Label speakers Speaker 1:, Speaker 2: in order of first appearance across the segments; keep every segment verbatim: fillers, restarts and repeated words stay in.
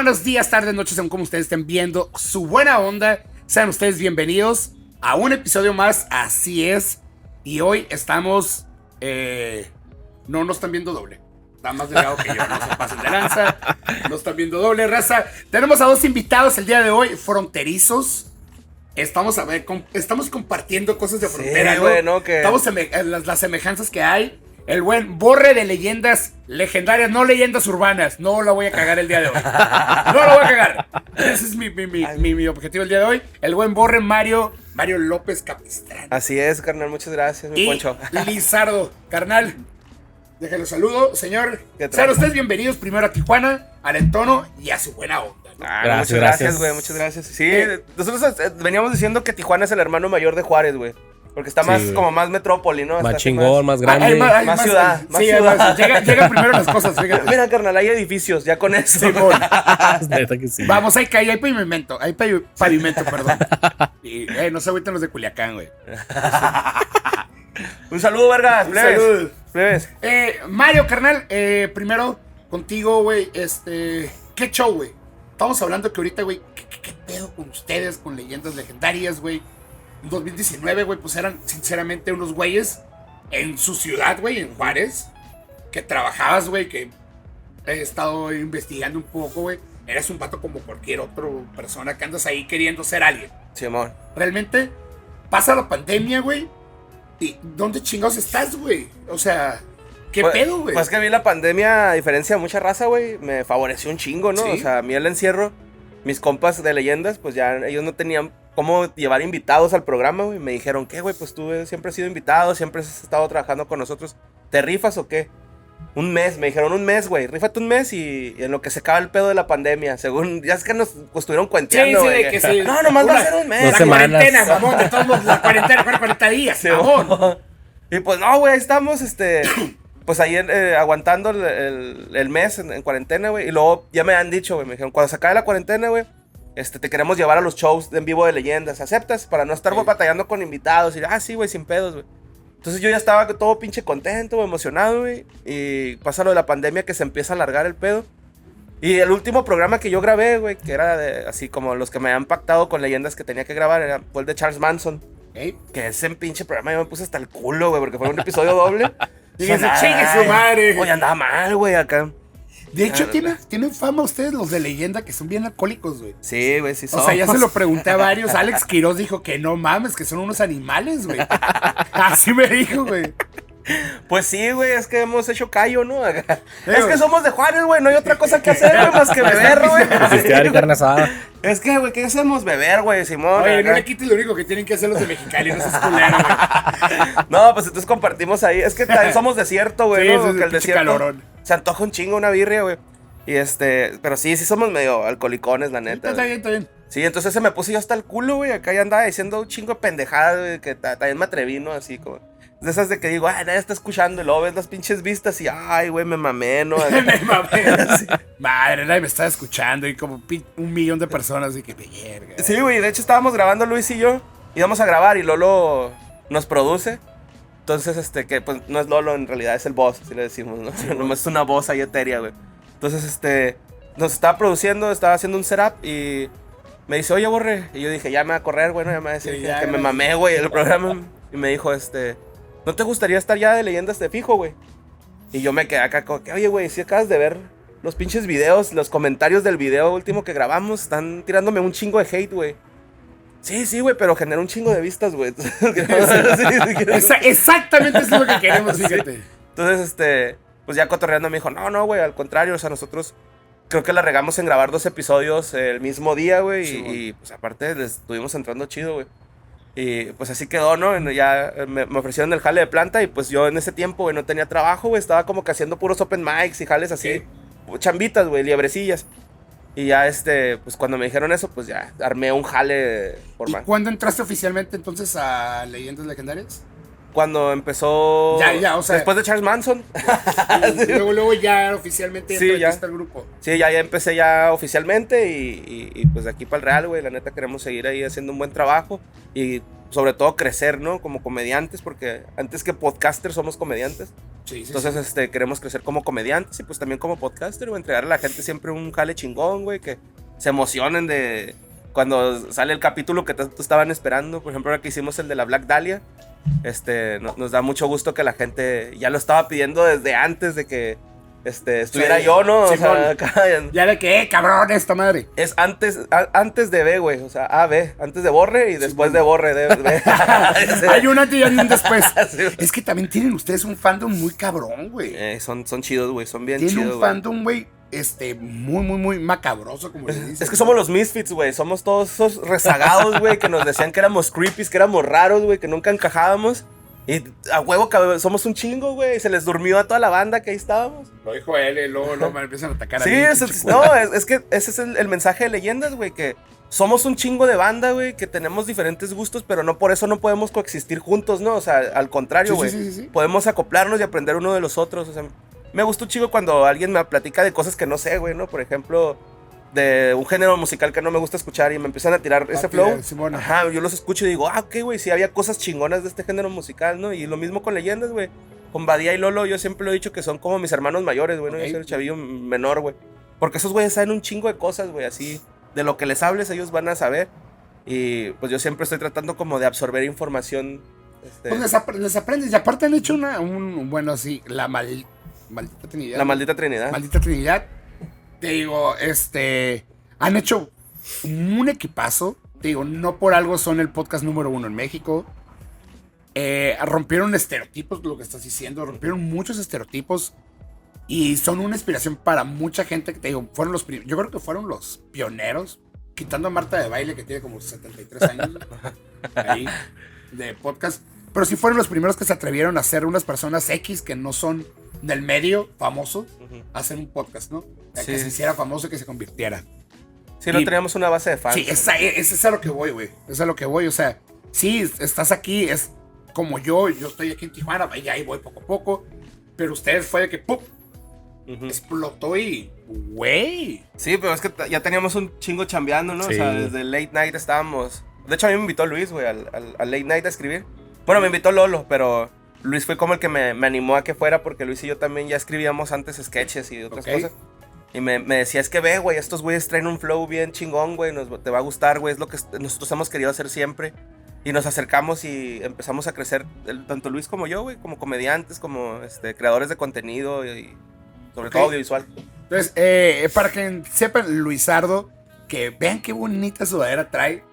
Speaker 1: buenos días, tardes, noches, según como ustedes estén viendo su buena onda. Sean ustedes bienvenidos a un episodio más, así es. Y hoy estamos... Eh, no nos están viendo doble. Está más delgado que yo, no se pasen de lanza. No están viendo doble, raza. Tenemos a dos invitados el día de hoy, fronterizos. Estamos, a ver, com- estamos compartiendo cosas de frontera,
Speaker 2: sí,
Speaker 1: ¿no?
Speaker 2: Bueno, que...
Speaker 1: Estamos seme- las, las semejanzas que hay. El buen Borre de leyendas legendarias, no leyendas urbanas. No la voy a cagar el día de hoy. No la voy a cagar. Ese es mi, mi, mi, mi, mi objetivo el día de hoy. El buen Borre Mario, Mario López Capistrán.
Speaker 2: Así es, carnal, muchas gracias, mi
Speaker 1: Y
Speaker 2: Poncho.
Speaker 1: Lizardo, carnal. Déjalo saludo, señor.
Speaker 2: ¿Qué tal?
Speaker 1: Sean ustedes bienvenidos primero a Tijuana, al entono y a su buena onda, ¿no?
Speaker 2: Ah,
Speaker 3: Gracias,
Speaker 2: muchas gracias,
Speaker 3: gracias.
Speaker 2: güey, muchas gracias. Sí,
Speaker 1: Eh.
Speaker 2: nosotros eh, veníamos diciendo que Tijuana es el hermano mayor de Juárez, güey. Porque está más,
Speaker 3: Sí, güey.
Speaker 2: como más metrópoli, ¿no?
Speaker 3: Más
Speaker 2: Está así
Speaker 3: chingón, más grande.
Speaker 1: Hay hay
Speaker 2: Más ciudad, más
Speaker 1: sí,
Speaker 2: ciudad.
Speaker 1: además, llega- Llegan primero las cosas, fíjate.
Speaker 2: Mira, carnal, hay edificios, ya con eso.
Speaker 1: Simón.
Speaker 3: Neta que sí.
Speaker 1: Vamos, hay calle, hay pavimento, hay pavi- pavimento, perdón. Y, eh, no se agüiten los de Culiacán, güey.
Speaker 2: Un saludo, vergas,
Speaker 1: Un
Speaker 2: plebes.
Speaker 1: saludo.
Speaker 2: Plebes.
Speaker 1: Eh, Mario, carnal, eh, primero contigo, güey, este, ¿qué show, güey? Estamos hablando que ahorita, güey, ¿qué, qué, qué pedo con ustedes, con leyendas legendarias, güey? En dos mil diecinueve, güey, pues eran sinceramente unos güeyes en su ciudad, güey, en Juárez, que trabajabas, güey, que he estado investigando un poco, güey. Eres un vato como cualquier otra persona que andas ahí queriendo ser alguien.
Speaker 2: Simón.
Speaker 1: Realmente pasa la pandemia, güey. ¿Y dónde chingados estás, güey? O sea, ¿qué
Speaker 2: Pues-
Speaker 1: pedo, güey?
Speaker 2: Pues que a mí la pandemia, a diferencia de mucha raza, güey, me favoreció un chingo, ¿no?
Speaker 1: Sí.
Speaker 2: O sea, a mí el encierro, mis compas de leyendas, pues ya ellos no tenían cómo llevar invitados al programa, güey. Me dijeron, ¿qué, güey? Pues tú eh, siempre has sido invitado, siempre has estado trabajando con nosotros. ¿Te rifas o qué? Un mes, me dijeron un mes, güey. Rífate un mes y, y en lo que se acaba el pedo de la pandemia. Según, ya es que nos pues, estuvieron
Speaker 1: Sí,
Speaker 2: cuenteando,
Speaker 1: sí,
Speaker 2: güey.
Speaker 1: de que sí.
Speaker 2: No, nomás va
Speaker 1: Una-
Speaker 2: a ser un mes.
Speaker 3: Dos
Speaker 1: La
Speaker 3: semanas.
Speaker 1: cuarentena, mamón, de todos modos, la cuarentena, fueron cuarenta días,
Speaker 2: Sí,
Speaker 1: mamón.
Speaker 2: Y pues no, güey, ahí estamos, este, pues ahí eh, aguantando el, el- el mes en, en cuarentena, güey. Y luego ya me han dicho, güey, me dijeron, cuando se acabe la cuarentena, güey, este, te queremos llevar a los shows de en vivo de leyendas. ¿Aceptas? Para no estar
Speaker 1: Sí.
Speaker 2: güey, batallando con invitados. Y, ah, sí, güey, sin pedos, güey. Entonces yo ya estaba todo pinche contento, güey, emocionado, güey. Y pasa lo de la pandemia que se empieza a alargar el pedo. Y el último programa que yo grabé, güey, que era de, así como los que me habían pactado con leyendas que tenía que grabar, era, fue el de Charles Manson.
Speaker 1: Ey,
Speaker 2: Que ese pinche programa yo me puse hasta el culo, güey, porque fue un episodio doble.
Speaker 1: Y que se
Speaker 2: Ay,
Speaker 1: chingue su madre.
Speaker 2: Oye, andaba mal, güey, acá.
Speaker 1: De hecho,
Speaker 2: Ah,
Speaker 1: tienen, tienen fama ustedes los de leyenda que son bien alcohólicos, güey.
Speaker 2: Sí, güey, sí
Speaker 1: O
Speaker 2: somos.
Speaker 1: sea, ya se lo pregunté a varios. Alex Quiroz dijo que no mames, que son unos animales, güey. Así me dijo, güey.
Speaker 2: Pues sí, güey, es que hemos hecho callo, ¿no? Acá.
Speaker 1: Sí,
Speaker 2: Es
Speaker 1: güey.
Speaker 2: que somos de Juárez, güey, no hay otra cosa que hacer, güey, más que beber, güey.
Speaker 3: Pistear y carne asada.
Speaker 2: Es que, güey, ¿qué hacemos? Beber, güey, Simón.
Speaker 1: Oye, no
Speaker 2: acá.
Speaker 1: le quites lo único que tienen que hacer los de Mexicali, no seas culero, güey.
Speaker 2: No, pues entonces compartimos ahí. Es que también somos desierto, güey,
Speaker 1: Sí,
Speaker 2: ¿no?
Speaker 1: sí, sí,
Speaker 2: que el
Speaker 1: pinche
Speaker 2: desierto
Speaker 1: calorón.
Speaker 2: se antoja un chingo una birria, güey. Y este, pero sí, sí somos medio alcoholicones, la neta.
Speaker 1: Está
Speaker 2: güey.
Speaker 1: bien, está bien.
Speaker 2: Sí, entonces se me puse yo hasta el culo, güey. Acá ya andaba diciendo un chingo de pendejadas, güey, que ta- también me atreví, ¿no? Así como. De esas de que digo, ay, nadie está escuchando. Y luego ves las pinches vistas y, ay, güey, me mamé, ¿no?
Speaker 1: Me mamé. Madre, nadie me estaba escuchando y como pi- un millón de personas y que verga.
Speaker 2: Sí, güey, de hecho estábamos grabando Luis y yo. Íbamos a grabar y Lolo nos produce. Entonces, este, que pues no es Lolo, en realidad es el boss, así le decimos, ¿no? Nomás es una voz ahí etérea, güey. Entonces, este, nos estaba produciendo, estaba haciendo un setup y me dice, oye, Borre. Y yo dije, ya me va a correr, güey, no, ya me va a decir
Speaker 1: Sí,
Speaker 2: que,
Speaker 1: ya,
Speaker 2: que me
Speaker 1: ya.
Speaker 2: mamé, güey, el programa. Y me dijo, este, ¿no te gustaría estar ya de leyendas de fijo, güey? Y yo me quedé acá como que, oye, güey, si acabas de ver los pinches videos, los comentarios del video último que grabamos, están tirándome un chingo de hate, güey. Sí, sí, güey, pero genera un chingo de vistas, güey. Sí, sí, sí,
Speaker 1: Esa- exactamente eso es lo que queremos, fíjate.
Speaker 2: Entonces, este, pues ya cotorreando me dijo, no, no, güey, al contrario, o sea, nosotros creo que la regamos en grabar dos episodios el mismo día, güey,
Speaker 1: Sí,
Speaker 2: y,
Speaker 1: bueno.
Speaker 2: y, pues aparte les estuvimos entrando chido, güey. Y pues así quedó, ¿no? En- Ya me, me ofrecieron el jale de planta y pues yo en ese tiempo, güey, no tenía trabajo, güey, estaba como que haciendo puros open mics y jales así, chambitas, güey, liebrecillas. Y ya, este, pues cuando me dijeron eso, pues ya armé un jale
Speaker 1: ¿Y
Speaker 2: formal.
Speaker 1: cuándo entraste oficialmente entonces a Leyendas Legendarias?
Speaker 2: Cuando empezó...
Speaker 1: Ya, ya, o sea-
Speaker 2: Después de Charles Manson.
Speaker 1: Y luego, luego ya oficialmente
Speaker 2: Sí, ya.
Speaker 1: entraste al grupo.
Speaker 2: Sí, ya, ya empecé ya oficialmente y, y- y, pues de aquí para el Real, güey, la neta queremos seguir ahí haciendo un buen trabajo y sobre todo crecer, ¿no? Como comediantes, porque antes que podcasters somos comediantes.
Speaker 1: Sí, sí,
Speaker 2: Entonces,
Speaker 1: sí.
Speaker 2: este, queremos crecer como comediantes y pues también como podcaster, güey. Entregarle a la gente siempre un jale chingón, güey. Que se emocionen de cuando sale el capítulo que tanto estaban esperando. Por ejemplo, ahora que hicimos el de la Black Dahlia. Este, no, nos da mucho gusto que la gente ya lo estaba pidiendo desde antes de que este, estuviera
Speaker 1: Sí,
Speaker 2: yo, ¿no? O
Speaker 1: sí,
Speaker 2: sea,
Speaker 1: con-
Speaker 2: acá,
Speaker 1: Ya de que, eh, cabrón, esta madre.
Speaker 2: es antes, a- antes de B, güey. O sea, A, B. Antes de Borre y después
Speaker 1: bueno.
Speaker 2: de Borre, de B.
Speaker 1: Hay un antes y un después.
Speaker 2: Sí.
Speaker 1: Es que también tienen ustedes un fandom muy cabrón, güey.
Speaker 2: Eh, son, son chidos, güey. Son bien
Speaker 1: Tienen
Speaker 2: chidos,
Speaker 1: un
Speaker 2: güey.
Speaker 1: fandom, güey, este, muy, muy, muy macabroso, como le dicen.
Speaker 2: Es que somos los misfits, güey. Somos todos esos rezagados, güey, que nos decían que éramos creepies, que éramos raros, güey, que nunca encajábamos. Y a huevo, cabrón, somos un chingo, güey. Se les durmió a toda la banda que ahí estábamos.
Speaker 1: Lo dijo él y luego, luego me empiezan a atacar a
Speaker 2: Sí,
Speaker 1: mí,
Speaker 2: es,
Speaker 1: pinche
Speaker 2: es-
Speaker 1: culo.
Speaker 2: no, es, es que ese es el, el mensaje de Leyendas, güey, que somos un chingo de banda, güey, que tenemos diferentes gustos, pero no por eso no podemos coexistir juntos, ¿no? O sea, al contrario,
Speaker 1: Sí,
Speaker 2: güey.
Speaker 1: sí, sí, sí, sí.
Speaker 2: Podemos acoplarnos y aprender uno de los otros. O sea, me gustó chico cuando alguien me platica de cosas que no sé, güey, ¿no? Por ejemplo, de un género musical que no me gusta escuchar y me empiezan a tirar ese
Speaker 1: tirar,
Speaker 2: flow.
Speaker 1: Simón.
Speaker 2: Ajá, yo los escucho y digo, ah, ok, güey, sí había cosas chingonas de este género musical, ¿no? Y lo mismo con Leyendas, güey. Con Badía y Lolo, yo siempre lo he dicho que son como mis hermanos mayores, güey, ¿no?
Speaker 1: Ok.
Speaker 2: Yo soy el chavillo menor, güey. Porque esos güeyes saben un chingo de cosas, güey, así. De lo que les hables, ellos van a saber. Y pues yo siempre estoy tratando como de absorber información. Este,
Speaker 1: Pues les, ap- les aprendes. Y aparte han hecho una, un, bueno, sí, la mal- maldita Trinidad.
Speaker 2: la maldita Trinidad.
Speaker 1: Maldita Trinidad. Te digo, este, han hecho un equipazo. Te digo, no por algo son el podcast número uno en México. Eh, rompieron estereotipos, lo que estás diciendo. Rompieron muchos estereotipos. Y son una inspiración para mucha gente que te digo, fueron los prim- yo creo que fueron los pioneros, quitando a Marta de Baile, que tiene como setenta y tres años ahí, de podcast. Pero sí fueron los primeros que se atrevieron a ser unas personas X que no son del medio famoso,
Speaker 2: Ujú.
Speaker 1: a hacer un podcast, ¿no? A
Speaker 2: Sí.
Speaker 1: que se hiciera famoso, que se convirtiera.
Speaker 2: Sí, no
Speaker 1: y-
Speaker 2: teníamos una base de fans.
Speaker 1: Sí, esa, esa es a lo que voy, güey. Es a lo que voy. O sea, sí, estás aquí, es como yo, yo estoy aquí en Tijuana, y ahí voy poco a poco. Pero ustedes fue de que ¡pum!
Speaker 2: Ujú.
Speaker 1: Explotó y, güey.
Speaker 2: Sí, pero es que t- ya teníamos un chingo chambeando, ¿no?
Speaker 3: Sí.
Speaker 2: O sea, desde late night estábamos. De hecho, a mí me invitó Luis, güey, al, al- al late night a escribir. Bueno, me invitó Lolo, pero Luis fue como el que me, me animó a que fuera, porque Luis y yo también ya escribíamos antes sketches y otras
Speaker 1: Ok.
Speaker 2: cosas. Y me, me decía, es que ve, güey, estos güeyes traen un flow bien chingón, güey, nos, te va a gustar, güey, es lo que est- nosotros hemos querido hacer siempre. Y nos acercamos y empezamos a crecer, el- tanto Luis como yo, güey, como comediantes, como este, creadores de contenido y, y sobre
Speaker 1: Ok.
Speaker 2: todo audiovisual.
Speaker 1: Entonces, eh, para que sepan, Luisardo, que vean qué bonita sudadera trae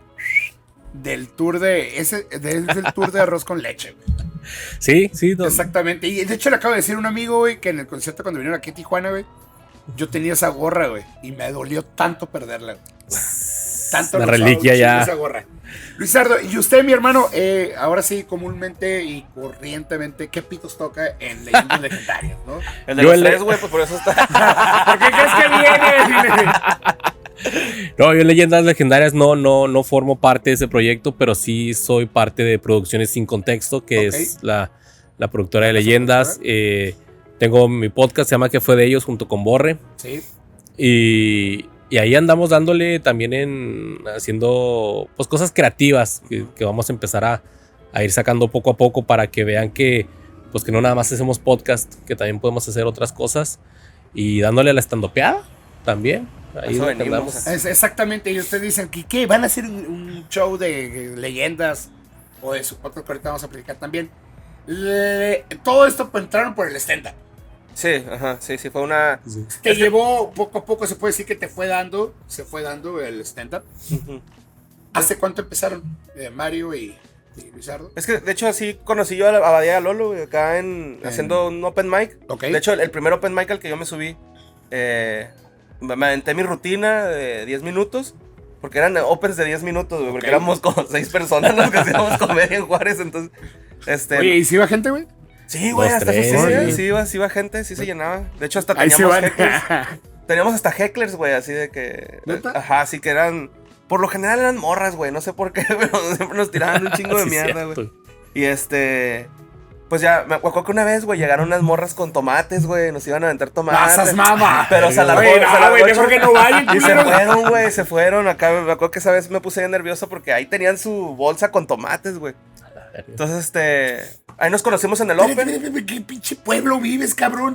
Speaker 1: del tour de. Ese, de- es el tour de arroz con leche, güey.
Speaker 3: Sí, sí. no-
Speaker 1: Exactamente. Y de hecho le acabo de decir a un amigo, güey, que en el concierto cuando vinieron aquí a Tijuana, güey, yo tenía esa gorra, güey. Y me dolió tanto perderla, güey. Tanto
Speaker 3: La
Speaker 1: lo usaba
Speaker 3: reliquia
Speaker 1: un chingo
Speaker 3: ya.
Speaker 1: esa gorra. Luisardo, y usted, mi hermano, eh, ahora sí, comúnmente y corrientemente, ¿qué pitos toca en Leyendas Legendarias, no?
Speaker 2: El de
Speaker 3: Yo
Speaker 2: los
Speaker 3: el-
Speaker 2: tres, güey, pues por eso está.
Speaker 1: ¿Por qué crees que viene?
Speaker 3: No, yo en Leyendas Legendarias no, no, no formo parte de ese proyecto, pero sí soy parte de Producciones Sin Contexto, que
Speaker 1: Ok.
Speaker 3: es la, la productora de
Speaker 1: ¿La
Speaker 3: leyendas.
Speaker 1: productora?
Speaker 3: Eh, tengo mi podcast, se llama ¿Qué fue de ellos? Junto con Borre.
Speaker 1: Sí.
Speaker 3: Y, y ahí andamos dándole también en haciendo pues cosas creativas que, que vamos a empezar a, a ir sacando poco a poco para que vean que pues que no nada más hacemos podcast, que también podemos hacer otras cosas y dándole a la estandopeada también. Ahí
Speaker 2: Eso
Speaker 3: es lo que
Speaker 2: venimos.
Speaker 3: andamos.
Speaker 1: Es exactamente, y ustedes dicen que ¿qué? ¿Van a hacer un, un show de leyendas o de su podcast que ahorita vamos a platicar también? Le- todo esto pues, entraron por el stand-up.
Speaker 2: Sí, ajá, sí, sí, fue una.
Speaker 3: Sí.
Speaker 1: Te llevó poco a poco, se puede decir que te fue dando, se fue dando el stand-up.
Speaker 2: Ujú.
Speaker 1: ¿Hace cuánto empezaron eh, Mario y, y Luisardo?
Speaker 2: Es que de hecho así conocí yo a, la, a Badía y a Lolo, güey, acá en,
Speaker 1: En-
Speaker 2: haciendo un open mic.
Speaker 1: Ok.
Speaker 2: De hecho, el, el primer open mic al que yo me subí, eh, me me aventé mi rutina de diez minutos. Porque eran opens de diez minutos, güey. Porque
Speaker 1: Ok.
Speaker 2: éramos como seis personas los que hacíamos comedia en Juárez. Entonces, este.
Speaker 1: Oye, ¿y si iba gente, güey?
Speaker 2: sí, güey,
Speaker 3: Dos,
Speaker 2: hasta eso sí,
Speaker 3: tres,
Speaker 2: sí,
Speaker 3: sí.
Speaker 2: sí iba, sí iba gente, sí se llenaba. De hecho, hasta
Speaker 1: Ahí se
Speaker 2: teníamos
Speaker 1: van.
Speaker 2: hecklers. Teníamos hasta hecklers, güey, así de que.
Speaker 1: ¿Neta?
Speaker 2: Ajá, así que eran. Por lo general eran morras, güey. No sé por qué, pero siempre nos tiraban un chingo de
Speaker 3: Sí,
Speaker 2: mierda, güey.
Speaker 3: cierto.
Speaker 2: Y este. Pues ya, me acuerdo que una vez, güey, llegaron unas morras con tomates, güey. Nos iban a aventar tomates.
Speaker 1: ¡Pasas, mamá!
Speaker 2: Pero se alargó,
Speaker 1: Güey,
Speaker 2: se
Speaker 1: no,
Speaker 2: alargó
Speaker 1: güey,
Speaker 2: el
Speaker 1: mejor
Speaker 2: show.
Speaker 1: que no vayan,
Speaker 2: Y se
Speaker 1: culeros.
Speaker 2: fueron, güey, se fueron. Acá me acuerdo que esa vez me puse bien nervioso porque ahí tenían su bolsa con tomates, güey. Entonces, este. ahí nos conocimos en el
Speaker 1: Espérate,
Speaker 2: Open.
Speaker 1: espérate, espérate, ¿qué pinche pueblo vives, cabrón?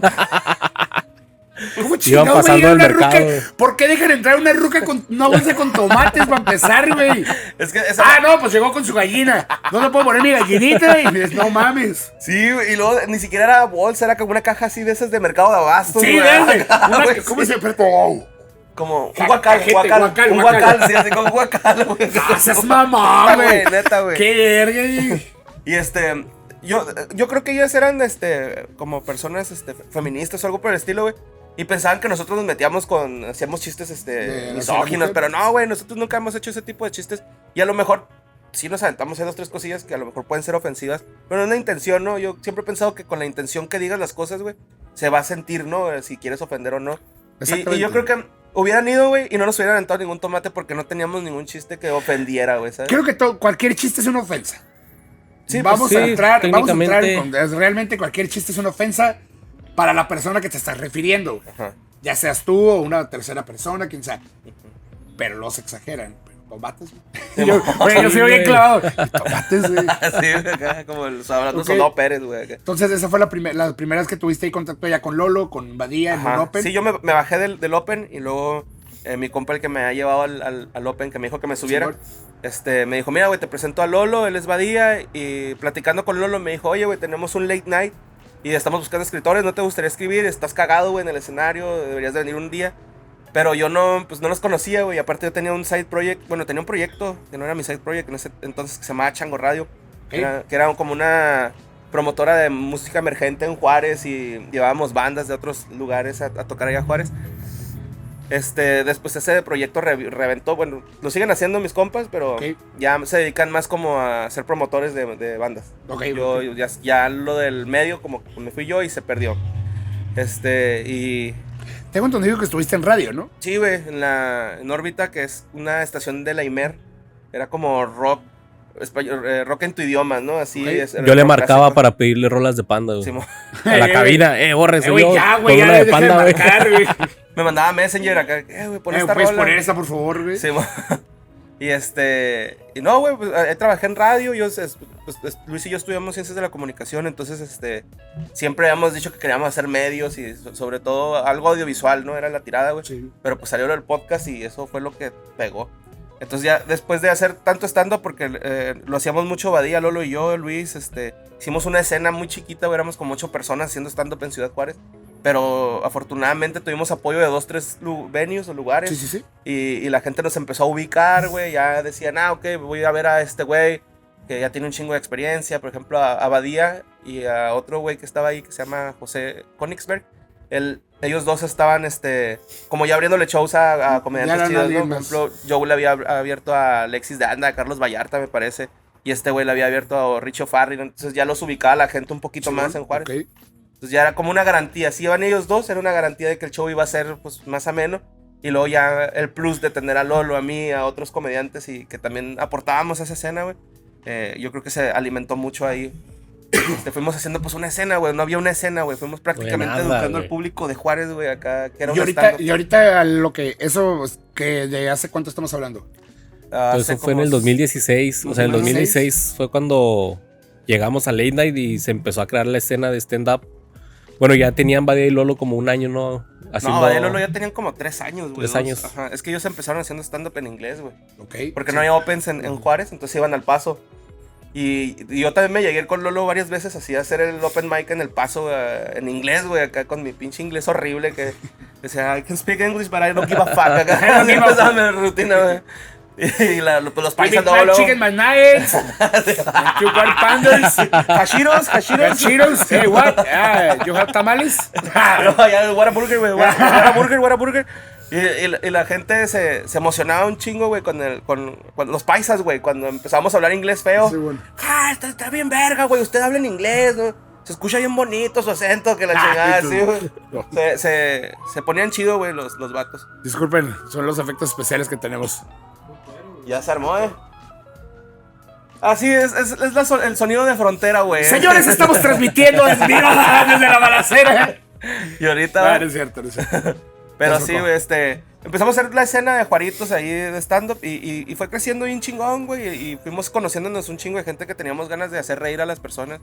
Speaker 1: ¿Cómo
Speaker 3: Iban
Speaker 1: chingado,
Speaker 3: pasando
Speaker 1: güey?
Speaker 3: el
Speaker 1: Una
Speaker 3: mercado,
Speaker 1: ruca.
Speaker 3: güey.
Speaker 1: ¿Por qué dejan entrar una ruca con una bolsa con tomates para empezar, güey?
Speaker 2: Es que esa...
Speaker 1: Ah, no, pues llegó con su gallina. No le puedo poner mi gallinita y dices, no mames.
Speaker 2: Sí, güey, y luego ni siquiera era bolsa, era como una caja así de esas de mercado de abastos.
Speaker 1: Sí,
Speaker 2: güey.
Speaker 1: verde.
Speaker 2: Acá,
Speaker 1: Una-
Speaker 2: güey,
Speaker 1: ¿Cómo
Speaker 2: sí.
Speaker 1: se llama? Oh.
Speaker 2: Como un
Speaker 1: Ca-
Speaker 2: guacal,
Speaker 1: cajete,
Speaker 2: guacal,
Speaker 1: guacal,
Speaker 2: un
Speaker 1: guacal.
Speaker 2: guacal, sí, así como un guacal, güey.
Speaker 1: Ah, seas mamón, güey.
Speaker 2: Neta, güey.
Speaker 1: Qué verga, güey.
Speaker 2: Y este, yo, yo creo que ellas eran, este, como personas, este, feministas o algo por el estilo, güey. Y pensaban que nosotros nos metíamos con, hacíamos chistes, este,
Speaker 1: De la
Speaker 2: misóginos,
Speaker 1: mujer.
Speaker 2: pero no, güey, nosotros nunca hemos hecho ese tipo de chistes. Y a lo mejor sí nos aventamos en dos, tres cosillas que a lo mejor pueden ser ofensivas, pero no es una intención, ¿no? Yo siempre he pensado que con la intención que digas las cosas, güey, se va a sentir, ¿no? Si quieres ofender o no. Y,
Speaker 1: Exactamente.
Speaker 2: y yo creo que hubieran ido, güey, y no nos hubieran aventado ningún tomate porque no teníamos ningún chiste que ofendiera, güey, ¿sabes?
Speaker 1: Creo que todo, cualquier chiste es una ofensa.
Speaker 2: Sí, pues,
Speaker 1: vamos,
Speaker 3: sí,
Speaker 1: a entrar, vamos a entrar
Speaker 3: técnicamente.
Speaker 1: con- es- realmente cualquier chiste es una ofensa para la persona que te estás refiriendo.
Speaker 2: Ajá.
Speaker 1: Ya seas tú o una tercera persona, quien sea. Pero los exageran. Pero tomates, güey. Yo, güey, yo soy bien
Speaker 3: güey.
Speaker 1: clavado. Tomates, güey.
Speaker 2: Sí, acá, como el hablando
Speaker 1: Ok.
Speaker 2: Soldado Pérez, güey. acá.
Speaker 1: Entonces, esa fue la, primer, la primera vez que tuviste ahí contacto ya con Lolo, con Badía en
Speaker 2: Ajá.
Speaker 1: un Open.
Speaker 2: Sí, yo me, me bajé del, del Open y luego eh, mi compa, el que me ha llevado al, al, al Open, que me dijo que me subiera,
Speaker 1: Simón.
Speaker 2: este, me dijo, mira, güey, te presento a Lolo, él es Badía, y platicando con Lolo me dijo, oye, güey, tenemos un late night y estamos buscando escritores, ¿no te gustaría escribir? Estás cagado, güey, en el escenario, deberías de venir un día. Pero yo no, pues no los conocía, güey, aparte yo tenía un side project, bueno, tenía un proyecto, que no era mi side project en ese entonces, que se llamaba Chango Radio, que era, que era como una promotora de música emergente en Juárez y llevábamos bandas de otros lugares a, a tocar allá a Juárez. Este, después ese proyecto re- reventó, bueno, lo siguen haciendo mis compas, pero
Speaker 1: Ok.
Speaker 2: ya se dedican más como a ser promotores de, de bandas.
Speaker 1: Ok,
Speaker 2: Yo,
Speaker 1: ok.
Speaker 2: yo ya, ya lo del medio como que me fui yo y se perdió. Este, y
Speaker 1: Tengo entendido que estuviste en radio, ¿no?
Speaker 2: sí, güey, en la en órbita, que es una estación de la I M E R, era como rock, español, eh, rock en tu idioma, ¿no? Así
Speaker 1: Ok.
Speaker 2: es. era
Speaker 3: Yo le
Speaker 2: rock
Speaker 3: marcaba
Speaker 2: clásico.
Speaker 3: para pedirle rolas de panda, güey.
Speaker 2: Sí, mo-
Speaker 3: A la
Speaker 1: Eh,
Speaker 3: cabina, eh, borre,
Speaker 1: Eh,
Speaker 3: soy
Speaker 1: güey,
Speaker 3: yo.
Speaker 1: ya,
Speaker 3: con
Speaker 1: güey, ya
Speaker 3: una de
Speaker 1: deja
Speaker 3: panda,
Speaker 1: de
Speaker 3: güey.
Speaker 1: marcar, güey.
Speaker 2: me mandaba Messenger acá, eh, güey, pon
Speaker 1: Eh,
Speaker 2: esta
Speaker 1: ¿Puedes
Speaker 2: rola.
Speaker 1: poner esa, por favor, güey?
Speaker 2: Sí, mo- y este, y no, güey, pues, eh, trabajé en radio, yo, es- pues, pues, Luis y yo estudiamos ciencias de la comunicación, entonces, este, siempre habíamos dicho que queríamos hacer medios y so- sobre todo algo audiovisual, ¿no? Era la tirada, güey.
Speaker 1: Sí.
Speaker 2: Pero pues salió el podcast y eso fue lo que pegó. Entonces ya después de hacer tanto stand-up, porque eh, lo hacíamos mucho Badía, Lolo y yo, Luis, este, hicimos una escena muy chiquita, güey, éramos como ocho personas haciendo stand-up en Ciudad Juárez. Pero afortunadamente tuvimos apoyo de dos, tres lu- venues o lugares.
Speaker 1: Sí, sí, sí.
Speaker 2: Y, y la gente nos empezó a ubicar, güey. Ya decían, ah, ok, voy a ver a este güey que ya tiene un chingo de experiencia. Por ejemplo, a, a Badía y a otro güey que estaba ahí que se llama José Konigsberg. Él, ellos dos estaban, este, como ya abriéndole shows a, a comediantes
Speaker 1: eran
Speaker 2: chidos, ¿no?
Speaker 1: alguien
Speaker 2: Por
Speaker 1: más.
Speaker 2: ejemplo, Joe le había ab- abierto a Alexis de Anda, a Carlos Vallarta, me parece. Y este güey le había abierto a Richo Farri, ¿no? Entonces ya los ubicaba la gente un poquito más en Juárez.
Speaker 1: Ok.
Speaker 2: Entonces ya era como una garantía. Si iban ellos dos, era una garantía de que el show iba a ser pues, más ameno. Y luego ya el plus de tener a Lolo, a mí, a otros comediantes y que también aportábamos a esa escena, güey. Eh, yo creo que se alimentó mucho ahí. Este, fuimos haciendo pues una escena, güey. No había una escena, güey. Fuimos prácticamente
Speaker 3: nada,
Speaker 2: educando
Speaker 3: güey.
Speaker 2: al público de Juárez, güey, acá. Que era
Speaker 1: Y
Speaker 2: un
Speaker 1: ahorita,
Speaker 2: stand-up.
Speaker 1: y ahorita a lo que, eso, que de hace cuánto estamos hablando.
Speaker 2: Ah,
Speaker 3: Entonces,
Speaker 2: hace
Speaker 3: eso fue en
Speaker 2: como-
Speaker 3: el dos mil dieciséis. O sea, en el dos mil dieciséis fue cuando llegamos a Late Night y se empezó a crear la escena de stand-up. Bueno, ya tenían Badía y Lolo como un año, ¿no? Haciendo...
Speaker 2: No, Badía y Lolo ya tenían como tres años, güey.
Speaker 3: Tres
Speaker 2: dos.
Speaker 3: años.
Speaker 2: Ajá. Es que ellos empezaron haciendo stand-up en inglés, güey.
Speaker 1: Ok.
Speaker 2: Porque
Speaker 1: Sí.
Speaker 2: no había opens en, en Juárez, entonces iban al Paso. Y, y yo también me llegué con Lolo varias veces así a hacer el open mic en el Paso eh, en inglés, güey, acá con mi pinche inglés horrible que decía, I can speak English, but I don't give a fuck. Acá así empezaba mi rutina, güey. Y la, pues los paisas
Speaker 1: Big
Speaker 2: luego,
Speaker 1: Mac
Speaker 2: luego,
Speaker 1: Chicken My Nuggets. You got pandas.
Speaker 2: Hashiros, Hashiros.
Speaker 1: Cheetos. Hey, what? Ah, you have tamales?
Speaker 2: No, ya, Whataburger, güey, Whataburger, Whataburger. Y, y, la- y la gente se, se emocionaba un chingo, güey, con, el, con, con los paisas, güey, cuando empezamos a hablar inglés feo.
Speaker 1: Sí, bueno.
Speaker 2: Ah, está, está bien verga, güey, usted habla en inglés, ¿no? Se escucha bien bonito su acento, que la
Speaker 1: Ah,
Speaker 2: chingada,
Speaker 1: tú-
Speaker 2: sí, güey.
Speaker 1: no.
Speaker 2: Se, se, se ponían chido, güey, los, los vatos.
Speaker 1: Disculpen, son los efectos especiales que tenemos.
Speaker 2: Ya se armó, eh. Así es, es, es la so- el sonido de frontera, güey.
Speaker 1: Señores, estamos transmitiendo desde, desde la balacera.
Speaker 2: Y ahorita...
Speaker 1: Ah, no es cierto, no es cierto.
Speaker 2: Pero
Speaker 1: Eso
Speaker 2: sí,
Speaker 1: fue.
Speaker 2: güey, este... Empezamos a hacer la escena de Juaritos ahí de stand-up y, y, y fue creciendo bien chingón, güey. Y, y fuimos conociéndonos un chingo de gente que teníamos ganas de hacer reír a las personas.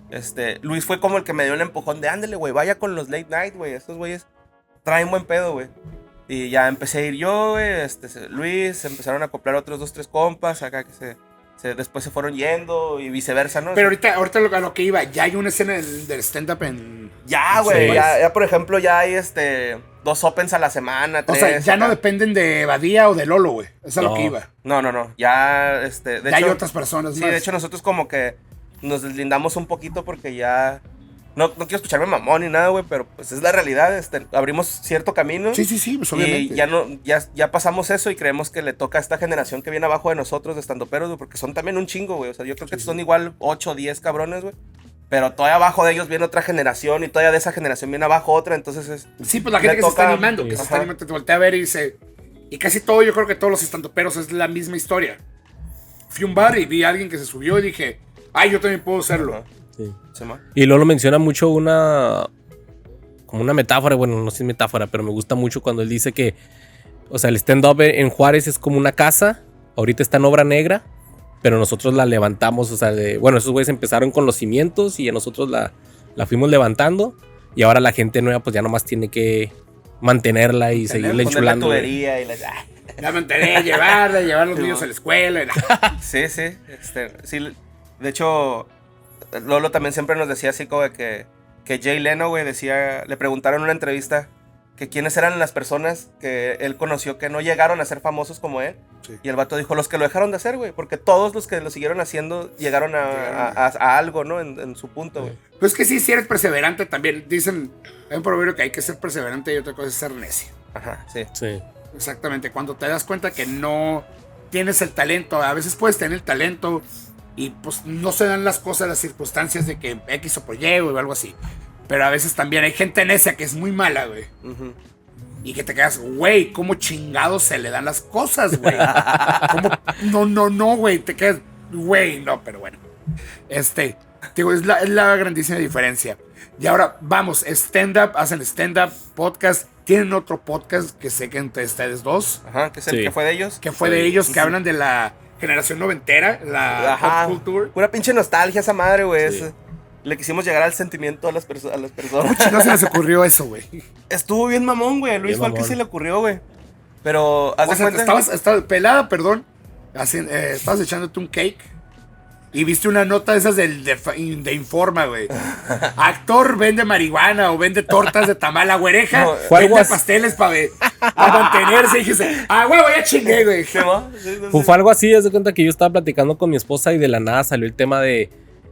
Speaker 2: este, Luis fue como el que me dio el empujón de, ándale, güey, vaya con los late night, güey, estos güeyes traen buen pedo, güey. Y ya empecé a ir yo, güey, este, Luis, empezaron a acoplar otros dos, tres compas acá que se, se después se fueron yendo y viceversa, ¿no?
Speaker 1: Pero ahorita, ahorita lo, a lo que iba, ya hay una escena del, del stand-up en...
Speaker 2: Ya, güey,
Speaker 3: Sí.
Speaker 2: ya, ya por ejemplo ya hay este dos opens a la semana,
Speaker 1: O
Speaker 2: tres.
Speaker 1: sea, ya
Speaker 2: acá.
Speaker 1: no dependen de Badía o de Lolo, güey. Eso es a lo
Speaker 3: No.
Speaker 1: que iba.
Speaker 2: No, no, no, ya, este, de
Speaker 1: Ya
Speaker 2: hecho,
Speaker 1: hay otras personas
Speaker 2: sí,
Speaker 1: más.
Speaker 2: de hecho nosotros como que nos deslindamos un poquito porque ya, no, no quiero escucharme mamón ni nada, güey, pero pues es la realidad, este, abrimos cierto camino.
Speaker 1: Sí, sí, sí, pues obviamente.
Speaker 2: Y ya no, ya, ya pasamos eso y creemos que le toca a esta generación que viene abajo de nosotros de estandoperos, güey, porque son también un chingo, güey. O sea, yo creo que
Speaker 1: Sí,
Speaker 2: son
Speaker 1: sí.
Speaker 2: igual ocho o diez cabrones, güey. Pero todavía abajo de ellos viene otra generación y todavía de esa generación viene abajo otra, entonces es...
Speaker 1: Sí, pues la
Speaker 2: le
Speaker 1: gente que se está
Speaker 2: toca-
Speaker 1: animando, que
Speaker 3: Sí.
Speaker 1: se está
Speaker 2: Ajá.
Speaker 1: animando, te voltea a ver y dice... Y casi todo, yo creo que todos los estandoperos es la misma historia. Fui a un bar y vi a alguien que se subió y dije... Ay, yo también puedo hacerlo.
Speaker 2: Ajá.
Speaker 3: Sí.
Speaker 2: Se llama.
Speaker 3: Y Lolo menciona mucho una. Como una metáfora, bueno, no sé si es metáfora, pero me gusta mucho cuando él dice que. O sea, el stand-up en Juárez es como una casa. Ahorita está en obra negra, pero nosotros la levantamos. O sea, de, bueno, esos güeyes empezaron con los cimientos y nosotros la, la fuimos levantando. Y ahora la gente nueva, pues ya nomás tiene que mantenerla y seguirle
Speaker 2: Ponerle
Speaker 3: enchulando. güey.
Speaker 2: tubería y la... ah.
Speaker 1: La mantener, llevarla, llevar los
Speaker 2: Sí,
Speaker 1: niños
Speaker 2: mo.
Speaker 1: a la escuela. y la-
Speaker 2: Sí, sí, este, sí, de hecho, Lolo también siempre nos decía así como de que, que Jay Leno, güey, decía, le preguntaron en una entrevista que quiénes eran las personas que él conoció que no llegaron a ser famosos como él.
Speaker 1: Sí.
Speaker 2: Y el vato dijo, los que lo dejaron de hacer, güey, porque todos los que lo siguieron haciendo llegaron a, a- a- a algo, ¿no? En, en su punto, güey.
Speaker 1: Pues que sí, si eres perseverante también. Dicen, hay un proverbio que hay que ser perseverante y otra cosa es ser necio.
Speaker 2: Ajá, sí.
Speaker 3: Sí.
Speaker 1: Exactamente, cuando te das cuenta que no tienes el talento, a veces puedes tener el talento y pues no se dan las cosas, las circunstancias de que X o por Y o algo así. Pero a veces también hay gente necia que es muy mala, güey.
Speaker 2: Ujú.
Speaker 1: Y que te quedas, güey, ¿cómo chingados se le dan las cosas, güey? ¿Cómo? No, no, no, güey, te quedas, güey, no, pero bueno. Este, digo, es la, es la grandísima diferencia. Y ahora, vamos, stand-up, hacen stand-up, podcast. Tienen otro podcast que sé que entre ustedes dos,
Speaker 2: Ajá, que es el
Speaker 3: Sí.
Speaker 2: que fue de ellos.
Speaker 1: que fue de ellos, que hablan de la generación noventera, la
Speaker 2: Ajá,
Speaker 1: pop culture.
Speaker 2: pura pinche nostalgia esa madre, güey.
Speaker 3: Sí.
Speaker 2: es- Le quisimos llegar al sentimiento a las, perso- a las personas.
Speaker 1: No se les ocurrió eso, güey.
Speaker 2: Estuvo bien mamón, güey. Luis
Speaker 3: Bien
Speaker 2: fue al que
Speaker 3: mamón.
Speaker 2: se le ocurrió, güey. Pero, haz
Speaker 1: O
Speaker 2: de
Speaker 1: sea,
Speaker 2: cuenta.
Speaker 1: estabas, estabas pelada, perdón. Así, eh, estabas echándote un cake. Y viste una nota de esas del, de, de Informa, güey. Actor vende marihuana o vende tortas de tamal a güereja.
Speaker 2: No,
Speaker 3: fue algo
Speaker 1: vende
Speaker 3: así.
Speaker 1: pasteles para mantenerse. Y dijiste, ah, güey, ya chingué, güey.
Speaker 2: ¿Sí, no? Sí, sí,
Speaker 3: Fue
Speaker 2: sí.
Speaker 3: fue algo así, haz de cuenta que yo estaba platicando con mi esposa y de la nada salió el tema de,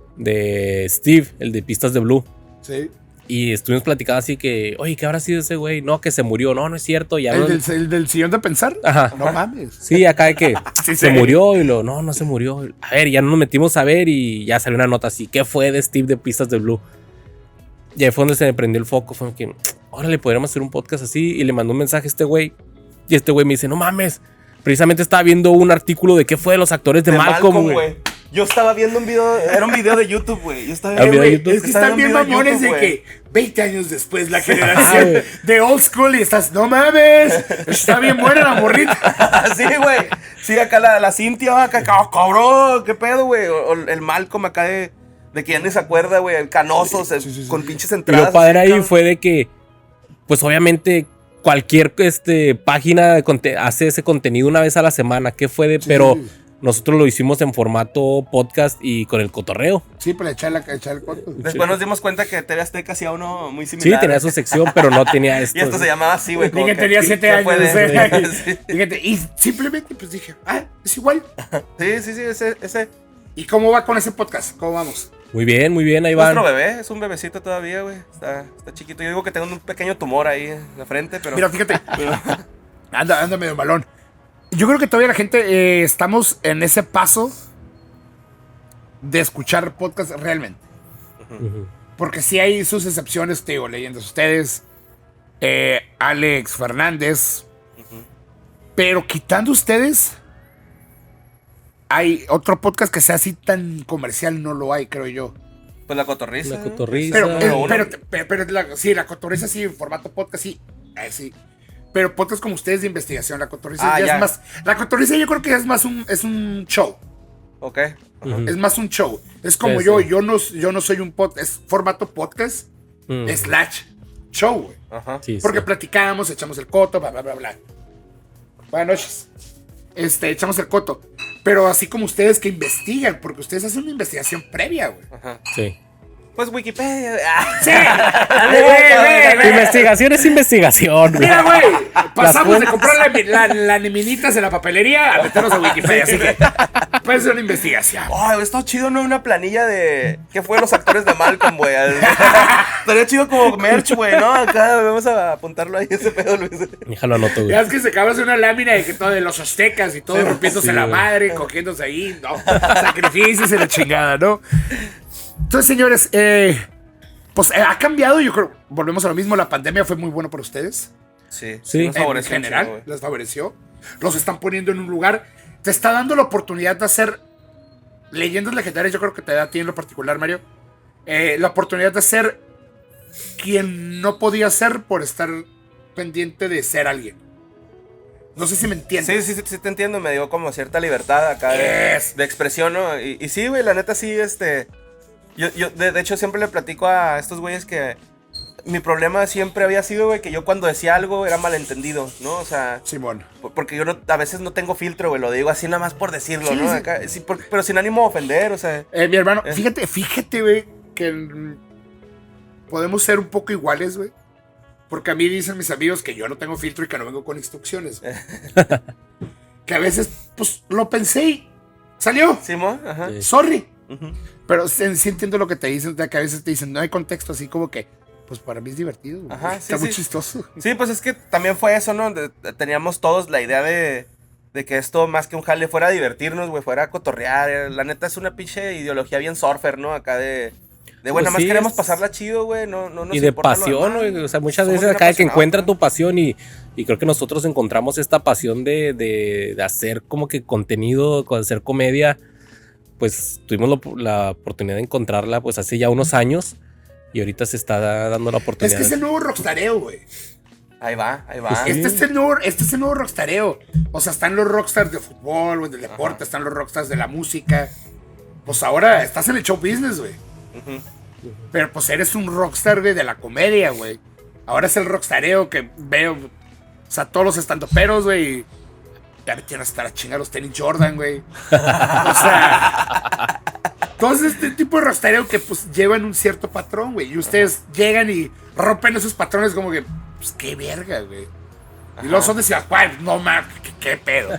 Speaker 3: de Steve, el de Pistas de Blue.
Speaker 1: Sí.
Speaker 3: Y estuvimos platicando así que, oye, ¿qué habrá sido ese güey? No, que se murió. No, no es cierto. Ya
Speaker 1: ¿El
Speaker 3: no-
Speaker 1: del, el del sillón de pensar?
Speaker 3: Ajá.
Speaker 1: No mames.
Speaker 3: Sí, acá de que
Speaker 1: Sí,
Speaker 3: se
Speaker 1: sí.
Speaker 3: murió y lo, no, no se murió. A ver, ya nos metimos a ver y ya salió una nota así. ¿Qué fue de Steve de Pistas de Blue? Y ahí fue donde se me prendió el foco. Fue que, órale, podríamos hacer un podcast así. Y le mandó un mensaje a este güey. Y este güey me dice, no mames. Precisamente estaba viendo un artículo de qué fue de los actores de,
Speaker 2: De
Speaker 3: Malcolm, güey.
Speaker 2: Yo estaba viendo un video, era un video de YouTube, güey. Yo estaba
Speaker 3: Ah,
Speaker 2: viendo,
Speaker 3: video de
Speaker 1: Güey,
Speaker 3: YouTube.
Speaker 1: es que
Speaker 2: Estaba
Speaker 1: están bien
Speaker 2: viendo un video de
Speaker 1: mamones de
Speaker 2: YouTube,
Speaker 1: que veinte años después la
Speaker 3: Ah,
Speaker 1: generación
Speaker 3: güey.
Speaker 1: de old school y estás, no mames, está bien buena la morrita.
Speaker 2: sí, güey. Sí, acá la, la Cintia, acá, ca- cabrón, qué pedo, güey. O, o el Malcolm acá de, de que ya ni se acuerda, güey. El canoso, se-
Speaker 1: sí, sí, sí.
Speaker 2: con pinches
Speaker 3: Y
Speaker 2: entradas.
Speaker 3: lo padre
Speaker 2: así,
Speaker 3: ahí
Speaker 2: cabrón.
Speaker 3: fue de que, pues obviamente, cualquier este, página de conte- hace ese contenido una vez a la semana. ¿Qué fue de?
Speaker 1: Sí,
Speaker 3: Pero
Speaker 1: sí.
Speaker 3: nosotros lo hicimos en formato podcast y con el cotorreo.
Speaker 1: Sí, para echar, la, echar el cuento.
Speaker 2: Después nos dimos cuenta que T V Azteca hacía uno muy
Speaker 3: Sí,
Speaker 2: similar.
Speaker 3: tenía su sección, pero no tenía esto.
Speaker 2: Y esto se llamaba así, güey. como
Speaker 1: Dije, tenía
Speaker 2: ¿qué-
Speaker 1: siete
Speaker 2: qué
Speaker 1: años.
Speaker 2: fue de-
Speaker 1: ¿eh?
Speaker 2: sí.
Speaker 1: Fíjate, y simplemente pues dije, ah, es igual.
Speaker 2: Sí, sí, sí, ese, ese
Speaker 1: ¿Y cómo va con ese podcast? ¿Cómo vamos?
Speaker 3: Muy bien, muy bien, ahí van.
Speaker 2: nuestro bebé, es un bebecito todavía, güey. Está, está chiquito. Yo digo que tengo un pequeño tumor ahí en la frente, pero.
Speaker 1: Mira, fíjate, anda, anda medio balón. Yo creo que todavía la gente eh, estamos en ese paso de escuchar podcast realmente.
Speaker 3: Ujú.
Speaker 1: Porque sí hay sus excepciones, te digo, leyendas ustedes, eh, Alex Fernández. Pero quitando ustedes, hay otro podcast que sea así tan comercial, no lo hay, creo yo.
Speaker 2: Pues la cotorriza.
Speaker 3: La cotorriza.
Speaker 1: Pero,
Speaker 3: Esa,
Speaker 1: eh,
Speaker 2: uno.
Speaker 1: pero, pero, pero la- sí, la cotorriza sí, en formato podcast sí, eh, sí. Pero podcast como ustedes de investigación, la cotorriza
Speaker 2: Ah,
Speaker 1: ya,
Speaker 2: ya.
Speaker 1: es más. La cotorriza yo creo que es más un, es un show.
Speaker 2: Ok.
Speaker 3: Ujú.
Speaker 1: Es más un show. Es como
Speaker 3: Sí,
Speaker 1: yo,
Speaker 3: sí.
Speaker 1: yo no, yo no soy un podcast, es formato podcast
Speaker 3: Mm.
Speaker 1: slash show, güey.
Speaker 2: Ajá.
Speaker 3: Sí,
Speaker 1: Porque
Speaker 3: sí.
Speaker 1: platicamos, echamos el coto, bla, bla, bla, bla. Buenas noches. Este, echamos el coto. Pero así como ustedes que investigan, porque ustedes hacen una investigación previa, güey.
Speaker 2: Ajá.
Speaker 3: Sí.
Speaker 2: Pues Wikipedia. Ah.
Speaker 1: ¡Sí! Ve, ve, ve.
Speaker 3: Investigación es investigación, güey.
Speaker 1: Mira, güey, pasamos de
Speaker 3: fuentes.
Speaker 1: comprar la, la, la niminitas en la papelería a meternos a Wikipedia, así que puede ser una investigación.
Speaker 2: Oh, está chido, ¿no? Una planilla de... ¿Qué fue los actores de Malcolm, güey? Estaría chido como merch, güey, ¿no? Acá vamos a apuntarlo ahí, ese pedo, Luis.
Speaker 3: Déjalo anoto, güey.
Speaker 1: Ya es que se acaba de hacer una lámina de que todo de los aztecas y todo
Speaker 2: Sí,
Speaker 1: rompiéndose
Speaker 3: sí,
Speaker 1: la
Speaker 3: güey.
Speaker 1: madre, cogiéndose ahí, no, sacrificios y la chingada, ¿no? Entonces, señores, eh, pues eh, ha cambiado, yo creo, volvemos a lo mismo, la pandemia fue muy buena para ustedes.
Speaker 2: Sí,
Speaker 3: Sí.
Speaker 2: nos
Speaker 1: En
Speaker 2: favoreció un
Speaker 1: general,
Speaker 2: chingo, güey.
Speaker 1: les favoreció. Los están poniendo en un lugar, te está dando la oportunidad de hacer leyendas legendarias, yo creo que te da a ti en lo particular, Mario, eh, la oportunidad de ser quien no podía ser por estar pendiente de ser alguien. No sé si me entiendes.
Speaker 2: Sí, sí, sí, sí te entiendo, me dio como cierta libertad acá de,
Speaker 1: Yes.
Speaker 2: de expresión, ¿no? Y, y sí, güey, la neta sí, este... Yo, yo de, de hecho, siempre le platico a estos güeyes que mi problema siempre había sido, güey, que yo cuando decía algo era malentendido, ¿no? O sea,
Speaker 1: Simón.
Speaker 2: por- porque yo no, a veces no tengo filtro, güey, lo digo así nada más por decirlo,
Speaker 1: Sí,
Speaker 2: ¿no?
Speaker 1: sí.
Speaker 2: Acá, sí, por- pero sin ánimo de ofender, o sea...
Speaker 1: Eh, mi hermano,
Speaker 2: Eh.
Speaker 1: fíjate, fíjate, güey, que mm, podemos ser un poco iguales, güey. Porque a mí dicen mis amigos que yo no tengo filtro y que no vengo con instrucciones. güey. Que a veces, pues, lo pensé y salió.
Speaker 2: ¿Simón? Ajá.
Speaker 3: Sí.
Speaker 1: Sorry.
Speaker 2: Ujú.
Speaker 1: Pero sí, sí entiendo lo que te dicen, de que a veces te dicen, no hay contexto, así como que, pues para mí es divertido. güey.
Speaker 2: Ajá, sí,
Speaker 1: Está muy
Speaker 2: sí.
Speaker 1: chistoso.
Speaker 2: Sí, pues es que también fue eso, ¿no? De- de- teníamos todos la idea de, de que esto, más que un jale, fuera a divertirnos, güey, fuera a cotorrear. eh, La neta es una pinche ideología bien surfer, ¿no? Acá de... De, bueno,
Speaker 3: Pues
Speaker 2: más
Speaker 3: sí,
Speaker 2: queremos
Speaker 3: es-
Speaker 2: pasarla chido, güey, no, no nos
Speaker 3: Y de
Speaker 2: importa lo
Speaker 3: pasión,
Speaker 2: demás.
Speaker 3: güey. O sea, muchas
Speaker 2: Somos
Speaker 3: veces
Speaker 2: bien
Speaker 3: acá de que
Speaker 2: apasionados,
Speaker 3: encuentra
Speaker 2: ¿no?
Speaker 3: tu pasión y, y creo que nosotros encontramos esta pasión de, de, de hacer como que contenido, de hacer comedia. Pues tuvimos lo- la oportunidad de encontrarla pues hace ya unos años y ahorita se está dando la
Speaker 1: Es
Speaker 3: oportunidad.
Speaker 1: que es el nuevo rockstareo, güey.
Speaker 2: Ahí va, ahí va.
Speaker 3: Pues sí.
Speaker 1: Este es, el nuevo, este es el nuevo rockstareo. O sea, están los rockstars de fútbol, güey, del deporte,
Speaker 2: Ajá.
Speaker 1: están los rockstars de la música. Pues ahora estás en el show business, güey.
Speaker 2: Ujú.
Speaker 1: Pero pues eres un rockstar, güey, de la comedia, güey. Ahora es el rockstareo que veo. O sea, todos los estandoperos, güey. Ya me tienen hasta la chinga los tenis Jordan, güey. O sea. Todo este tipo de rockstareo que pues llevan un cierto patrón, güey. Y ustedes llegan y rompen esos patrones como que, pues qué verga, güey. Y luego son de Ciudad Juárez, no mames, ¿qué, qué pedo?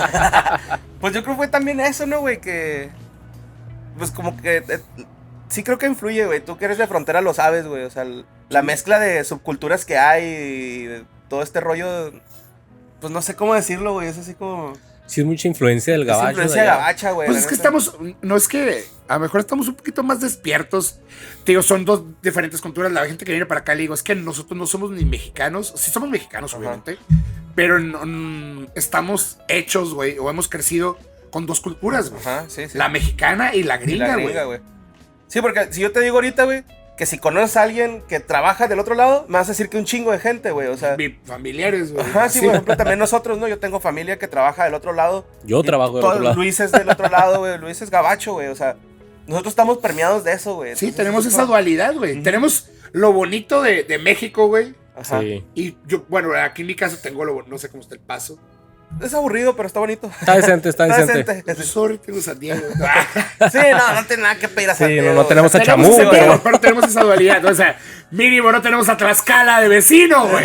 Speaker 2: Pues yo creo que fue también eso, ¿no, güey? Que... Pues como que... eh, sí creo que influye, güey. Tú que eres de frontera lo sabes, güey. O sea, l- la mezcla de subculturas que hay y de todo este rollo... Pues no sé cómo decirlo, güey. Es así como...
Speaker 3: Sí, es mucha influencia del
Speaker 2: Es
Speaker 3: gabacho.
Speaker 2: influencia
Speaker 3: de allá.
Speaker 2: gabacha, güey.
Speaker 1: Pues
Speaker 2: la
Speaker 1: es que
Speaker 2: neta.
Speaker 1: estamos, no es que, a lo mejor estamos un poquito más despiertos. Te digo, son dos diferentes culturas. La gente que viene para acá le digo, es que nosotros no somos ni mexicanos. Sí somos mexicanos,
Speaker 2: Ajá.
Speaker 1: obviamente. Pero no- mm, estamos hechos, güey, o hemos crecido con dos culturas, güey.
Speaker 2: Ajá, sí, sí.
Speaker 1: La mexicana y la
Speaker 2: Y
Speaker 1: gringa,
Speaker 2: la
Speaker 1: güey.
Speaker 2: gringa, güey. Sí, porque si yo te digo ahorita, güey, que si conoces a alguien que trabaja del otro lado, me vas a decir que un chingo de gente, güey. O sea...
Speaker 1: Mi- Familiares, güey.
Speaker 2: Ajá, sí, por ejemplo, también nosotros, ¿no? Yo tengo familia que trabaja del otro lado.
Speaker 3: Yo
Speaker 2: Y
Speaker 3: trabajo del
Speaker 2: todo-
Speaker 3: otro lado.
Speaker 2: Luis es del otro lado, güey. Luis es gabacho, güey. O sea, nosotros estamos permeados de eso, güey.
Speaker 1: Sí,
Speaker 2: Entonces,
Speaker 1: tenemos
Speaker 2: eso-
Speaker 1: esa dualidad, güey.
Speaker 2: Ujú.
Speaker 1: Tenemos lo bonito de, de México, güey.
Speaker 2: Ajá.
Speaker 3: Sí.
Speaker 1: Y yo, bueno, aquí en mi caso tengo lo, no sé cómo está el paso.
Speaker 2: Es aburrido, pero está bonito.
Speaker 3: Está decente, está
Speaker 2: Está
Speaker 3: decente.
Speaker 2: decente.
Speaker 1: Sorry, tengo San Diego.
Speaker 2: Sí, no, no tiene nada que pedir a San
Speaker 3: Sí, no,
Speaker 2: Diego,
Speaker 3: no tenemos a
Speaker 2: güey.
Speaker 3: Chamú,
Speaker 1: Tenemos ese
Speaker 3: pero-
Speaker 1: pedo, pero tenemos esa dualidad. O sea, mínimo no tenemos a Tlaxcala de vecino, güey.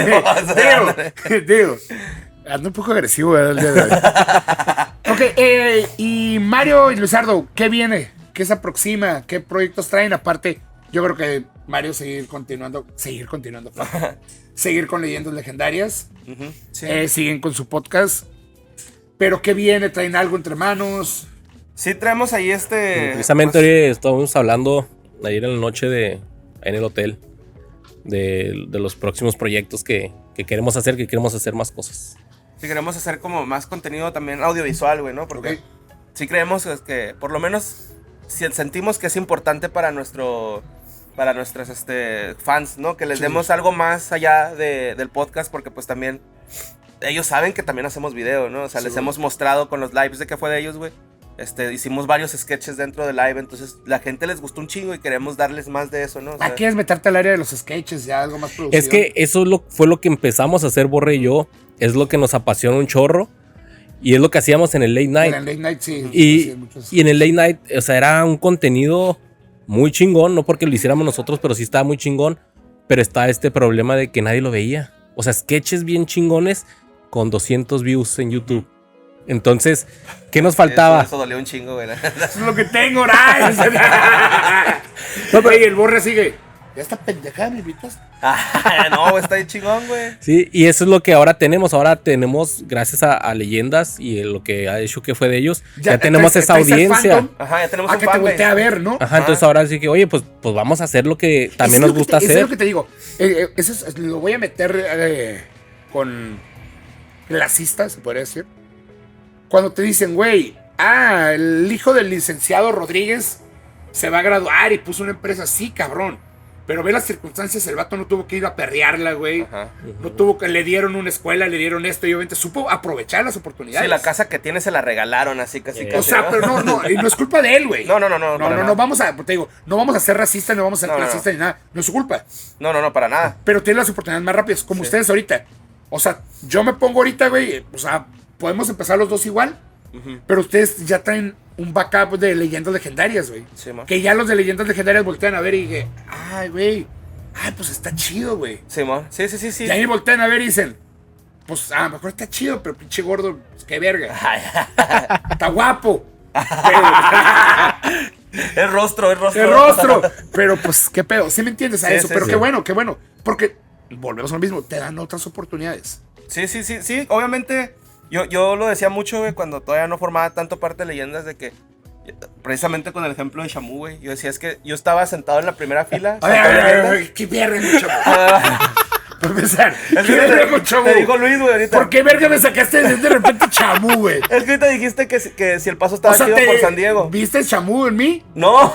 Speaker 1: digo, digo. Ando un poco agresivo, ¿verdad? El día de hoy. Ok, eh, y Mario y Luisardo, ¿qué viene? ¿Qué se aproxima? ¿Qué proyectos traen? Aparte, yo creo que Mario seguir continuando, seguir continuando, seguir con leyendas legendarias.
Speaker 2: Ujú, sí.
Speaker 1: Eh, siguen con su podcast. Pero ¿qué viene? ¿Traen algo entre manos?
Speaker 2: Sí, traemos ahí este...
Speaker 3: Precisamente
Speaker 2: pues,
Speaker 3: hoy estábamos hablando ayer en la noche de ahí en el hotel de, de los próximos proyectos que, que queremos hacer, que queremos hacer más cosas.
Speaker 2: sí, queremos hacer como más contenido también audiovisual, güey, ¿no? Porque
Speaker 1: Ok.
Speaker 2: sí creemos es que, por lo menos, si sentimos que es importante para nuestro... Para nuestros este, fans, ¿no? Que les
Speaker 1: Sí.
Speaker 2: demos algo más allá de, del podcast, porque pues también ellos saben que también hacemos video, ¿no? O sea,
Speaker 1: Sí,
Speaker 2: les
Speaker 1: güey.
Speaker 2: hemos mostrado con los lives de que fue de ellos, güey. Este, hicimos varios sketches dentro del live, entonces la gente les gustó un chingo y queremos darles más de eso, ¿no? O sea,
Speaker 1: ¿a quieres meterte al área de los sketches, ya algo más producido?
Speaker 3: Es que eso es lo, fue lo que empezamos a hacer Borre y yo. Es lo que nos apasiona un chorro. Y es lo que hacíamos en el late night.
Speaker 1: En el late night, sí.
Speaker 3: Y,
Speaker 1: sí, muchos-
Speaker 3: y en el late night, o sea, era un contenido muy chingón. No porque lo hiciéramos nosotros, pero sí estaba muy chingón. Pero está este problema de que nadie lo veía. O sea, sketches bien chingones con doscientos views en YouTube. Entonces, ¿qué nos faltaba?
Speaker 2: Eso, eso dolió un chingo, güey.
Speaker 1: Eso es lo que tengo, ¿verdad? No, pero y el Borre sigue. Ya está pendejada, me invitas.
Speaker 2: Ah, no, está ahí chingón, güey.
Speaker 3: Sí, y eso es lo que ahora tenemos. Ahora tenemos, gracias a, a Leyendas y lo que ha hecho que fue de ellos, ya, ya tenemos
Speaker 1: traes,
Speaker 3: esa
Speaker 1: traes el
Speaker 3: audiencia.
Speaker 1: fandom.
Speaker 2: Ajá, ya tenemos
Speaker 1: A
Speaker 2: un
Speaker 1: que te
Speaker 2: fan,
Speaker 1: voltea a
Speaker 2: güey.
Speaker 1: ver, ¿no?
Speaker 3: Ajá, entonces ahora sí que, oye, pues, pues vamos a hacer lo que también
Speaker 1: Eso es
Speaker 3: nos
Speaker 1: lo que
Speaker 3: gusta
Speaker 1: te- Eso
Speaker 3: hacer.
Speaker 1: es lo que te digo. Eh, eh, eso es- lo voy a meter eh, con clasista, se podría decir. Cuando te dicen, güey, ah, el hijo del licenciado Rodríguez se va a graduar y puso una empresa así, cabrón. Pero ve las circunstancias, el vato no tuvo que ir a perrearla, güey.
Speaker 2: Ajá.
Speaker 1: No tuvo que, le dieron una escuela, le dieron esto y obviamente supo aprovechar las oportunidades.
Speaker 2: Sí, la casa que tiene se la regalaron así, casi,
Speaker 3: Eh,
Speaker 2: casi.
Speaker 1: O sea,
Speaker 2: ¿no?
Speaker 1: pero no, no, y no es culpa de él, güey.
Speaker 2: No, no, no, no.
Speaker 1: No,
Speaker 2: para
Speaker 1: no, no,
Speaker 2: nada.
Speaker 1: vamos a, te digo, no vamos a ser racistas, no vamos a ser
Speaker 2: No, no,
Speaker 1: clasistas ni nada. No es su culpa.
Speaker 2: No, no, no, para nada.
Speaker 1: Pero tiene las oportunidades más rápidas, como
Speaker 2: Sí.
Speaker 1: ustedes ahorita. O sea, yo me pongo ahorita, güey, o sea, podemos empezar los dos igual,
Speaker 2: Ujú.
Speaker 1: pero ustedes ya traen un backup de leyendas legendarias, güey.
Speaker 2: Sí, ma.
Speaker 1: Que ya los de leyendas legendarias voltean a ver y dije, ay, güey, ay, pues está chido, güey.
Speaker 2: Simón. Sí, sí, sí, sí.
Speaker 1: Y ahí voltean a ver y dicen, pues a lo mejor está chido, pero pinche gordo, pues qué verga. Está guapo. Pero,
Speaker 2: Es rostro, es rostro.
Speaker 1: de rostro. Pero pues, qué pedo. ¿Sí me entiendes a
Speaker 2: Sí,
Speaker 1: eso?
Speaker 2: sí,
Speaker 1: pero
Speaker 3: sí.
Speaker 1: qué bueno, qué bueno. Porque volvemos a lo mismo, te dan otras oportunidades.
Speaker 2: Sí, sí, sí, sí. Obviamente, yo, yo lo decía mucho, güey, cuando todavía no formaba tanto parte de leyendas de que. Precisamente con el ejemplo de Shamu, güey. Yo decía, es que yo estaba sentado en la primera fila.
Speaker 1: A ver, a
Speaker 2: sacando
Speaker 1: ver, a ver, a
Speaker 2: leyendas.
Speaker 1: ver, qué verga, mucho.
Speaker 2: Ah,
Speaker 1: Para empezar,
Speaker 2: es
Speaker 1: qué
Speaker 2: que
Speaker 1: verga,
Speaker 2: te,
Speaker 1: mucho.
Speaker 2: te dijo Luis, güey, ahorita.
Speaker 1: ¿Por qué verga me sacaste de, de repente Chamu, güey?
Speaker 2: Es que ahorita dijiste que, si- que si el paso estaba
Speaker 1: O sea,
Speaker 2: chido
Speaker 1: te-
Speaker 2: por San Diego.
Speaker 1: ¿viste el Chamu en mí?
Speaker 2: No.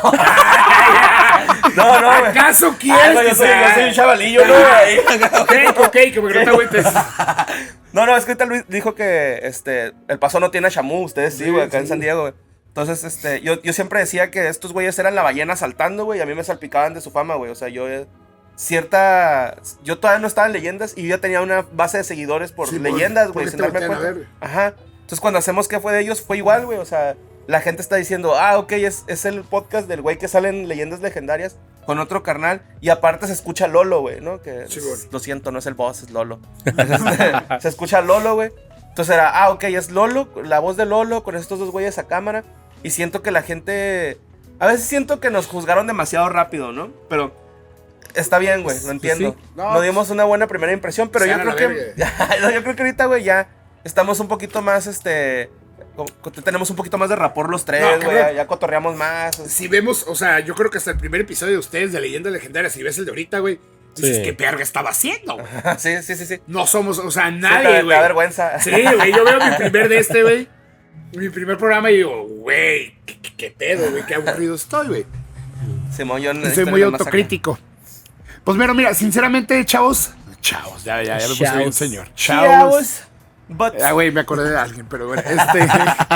Speaker 2: No, no, güey.
Speaker 1: ¿Acaso
Speaker 2: Ah,
Speaker 1: quieres
Speaker 2: no,
Speaker 1: que
Speaker 2: yo, soy,
Speaker 1: sea?
Speaker 2: yo soy un chavalillo, ¿no? Ahí.
Speaker 1: Ok, ok, que me no te agüites.
Speaker 2: No, no, es que ahorita Luis dijo que este, el paso no tiene a Shamu, ustedes sí,
Speaker 1: Sí,
Speaker 2: güey, acá en
Speaker 1: sí.
Speaker 2: San Diego, güey. Entonces, este, yo, yo siempre decía que estos güeyes eran la ballena saltando, güey, y a mí me salpicaban de su fama, güey. O sea, yo eh, cierta... Yo todavía no estaba en leyendas y yo ya tenía una base de seguidores por
Speaker 1: Sí, por-
Speaker 2: leyendas, güey,
Speaker 1: porque
Speaker 2: sin
Speaker 1: te
Speaker 2: darme
Speaker 1: voltean a
Speaker 2: cuenta.
Speaker 1: ver, güey.
Speaker 2: Ajá. Entonces, cuando hacemos qué fue de ellos, fue igual, güey. O sea, la gente está diciendo, ah, ok, es, es el podcast del güey que sale en Leyendas Legendarias con otro carnal. Y aparte se escucha Lolo, güey, ¿no? Que
Speaker 1: Sí,
Speaker 2: es-
Speaker 1: güey.
Speaker 2: lo siento, no es el boss, es Lolo. Este, se escucha Lolo, güey. Entonces era, ah, ok, es Lolo, la voz de Lolo con estos dos güeyes a cámara. Y siento que la gente... A veces siento que nos juzgaron demasiado rápido, ¿no? Pero está bien, güey, lo entiendo.
Speaker 3: sí.
Speaker 1: No,
Speaker 2: Nos dimos una buena primera impresión, pero
Speaker 1: se
Speaker 2: yo
Speaker 1: van a
Speaker 2: creo
Speaker 1: la
Speaker 2: que...
Speaker 1: verga.
Speaker 2: No, yo creo que ahorita, güey, ya estamos un poquito más, este... co- co- Tenemos un poquito más de rapport los tres,
Speaker 1: No,
Speaker 2: güey.
Speaker 1: cabrón.
Speaker 2: ya, ya cotorreamos más.
Speaker 1: Si vemos, o sea, yo creo que hasta el primer episodio de ustedes de Leyendas Legendarias, si ves el de ahorita, güey, dices,
Speaker 3: Sí.
Speaker 1: ¿qué verga estaba haciendo, güey?
Speaker 2: Sí, sí, sí, sí.
Speaker 1: No somos, o sea,
Speaker 2: Sí, te-
Speaker 1: nadie,
Speaker 2: te
Speaker 1: güey.
Speaker 2: da vergüenza.
Speaker 1: Sí, güey, yo veo mi primer de este, güey. Mi primer programa y digo, güey, ¿qué, qué, qué pedo, güey? Qué aburrido estoy, güy.
Speaker 2: Simón, yo
Speaker 1: Soy
Speaker 2: necesito
Speaker 1: muy
Speaker 2: irme más acá.
Speaker 1: autocrítico. Pues mira, mira, sinceramente, chavos. Chavos, ya, ya, ya me puse bien,
Speaker 3: Chavos.
Speaker 1: señor.
Speaker 2: Chavos. But...
Speaker 1: Ah, güey, me acordé de alguien, pero bueno, este.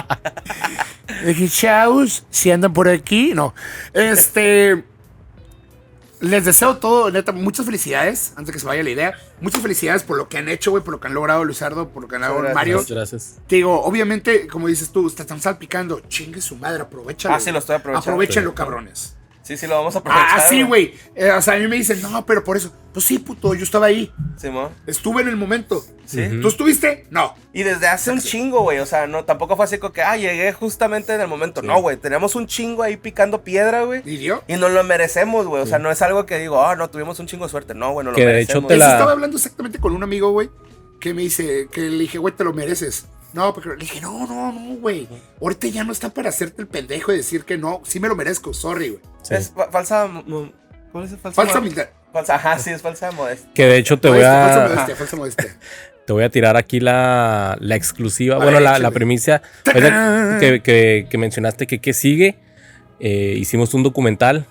Speaker 1: Dije, chavos, si andan por aquí. No. Este. Les deseo todo, neta, muchas felicidades. Antes de que se vaya la idea. Muchas felicidades por lo que han hecho, güey, por lo que han logrado Luisardo, por lo que han logrado
Speaker 2: Gracias.
Speaker 1: Mario.
Speaker 3: Muchas gracias.
Speaker 1: Te digo, obviamente, como dices tú, te están salpicando. Chingue su madre, aprovechalo.
Speaker 2: Ah, sí, lo estoy aprovechando.
Speaker 1: Aprovechenlo, cabrones.
Speaker 2: Sí, sí, lo vamos a aprovechar.
Speaker 1: Ah, sí, güey. Eh, o sea, a mí me dicen, no, pero por eso. Pues sí, puto, yo estaba ahí.
Speaker 2: Simón.
Speaker 1: Estuve en el momento.
Speaker 2: Sí.
Speaker 3: Ujú.
Speaker 1: ¿Tú estuviste? No.
Speaker 2: Y desde hace un chingo, güey. O sea, no, tampoco fue así como que, ah, llegué justamente en el momento. No, güey. Teníamos un chingo ahí picando piedra, güey.
Speaker 1: ¿Y yo?
Speaker 2: Y nos lo merecemos, güey. O sea, no es algo que digo, ah, no, tuvimos un chingo de suerte. No, güey, no lo
Speaker 3: Que de
Speaker 2: merecemos.
Speaker 3: hecho te
Speaker 1: Eso
Speaker 3: la-
Speaker 1: estaba hablando exactamente con un amigo, güey, que me dice, que le dije, güey, te lo mereces. No, porque le dije, no, no, no, güey. Ahorita ya no está para hacerte el pendejo y decir que no. Sí me lo merezco, sorry, güey.
Speaker 3: Sí.
Speaker 2: Es fa- falsa. mo- mo- ¿Cómo se dice? Falsa,
Speaker 1: Falsa
Speaker 2: mo-
Speaker 1: humildad.
Speaker 2: Falsa, ajá, sí, es falsa modestia.
Speaker 3: Que de hecho te voy
Speaker 1: Modestia, falsa
Speaker 3: a,
Speaker 1: modestia, falsa modestia.
Speaker 3: te voy a tirar aquí la, la exclusiva,
Speaker 1: A
Speaker 3: bueno,
Speaker 1: ver,
Speaker 3: la,
Speaker 1: échale.
Speaker 3: la primicia ahorita que, que, que mencionaste que qué sigue. Eh, hicimos un documental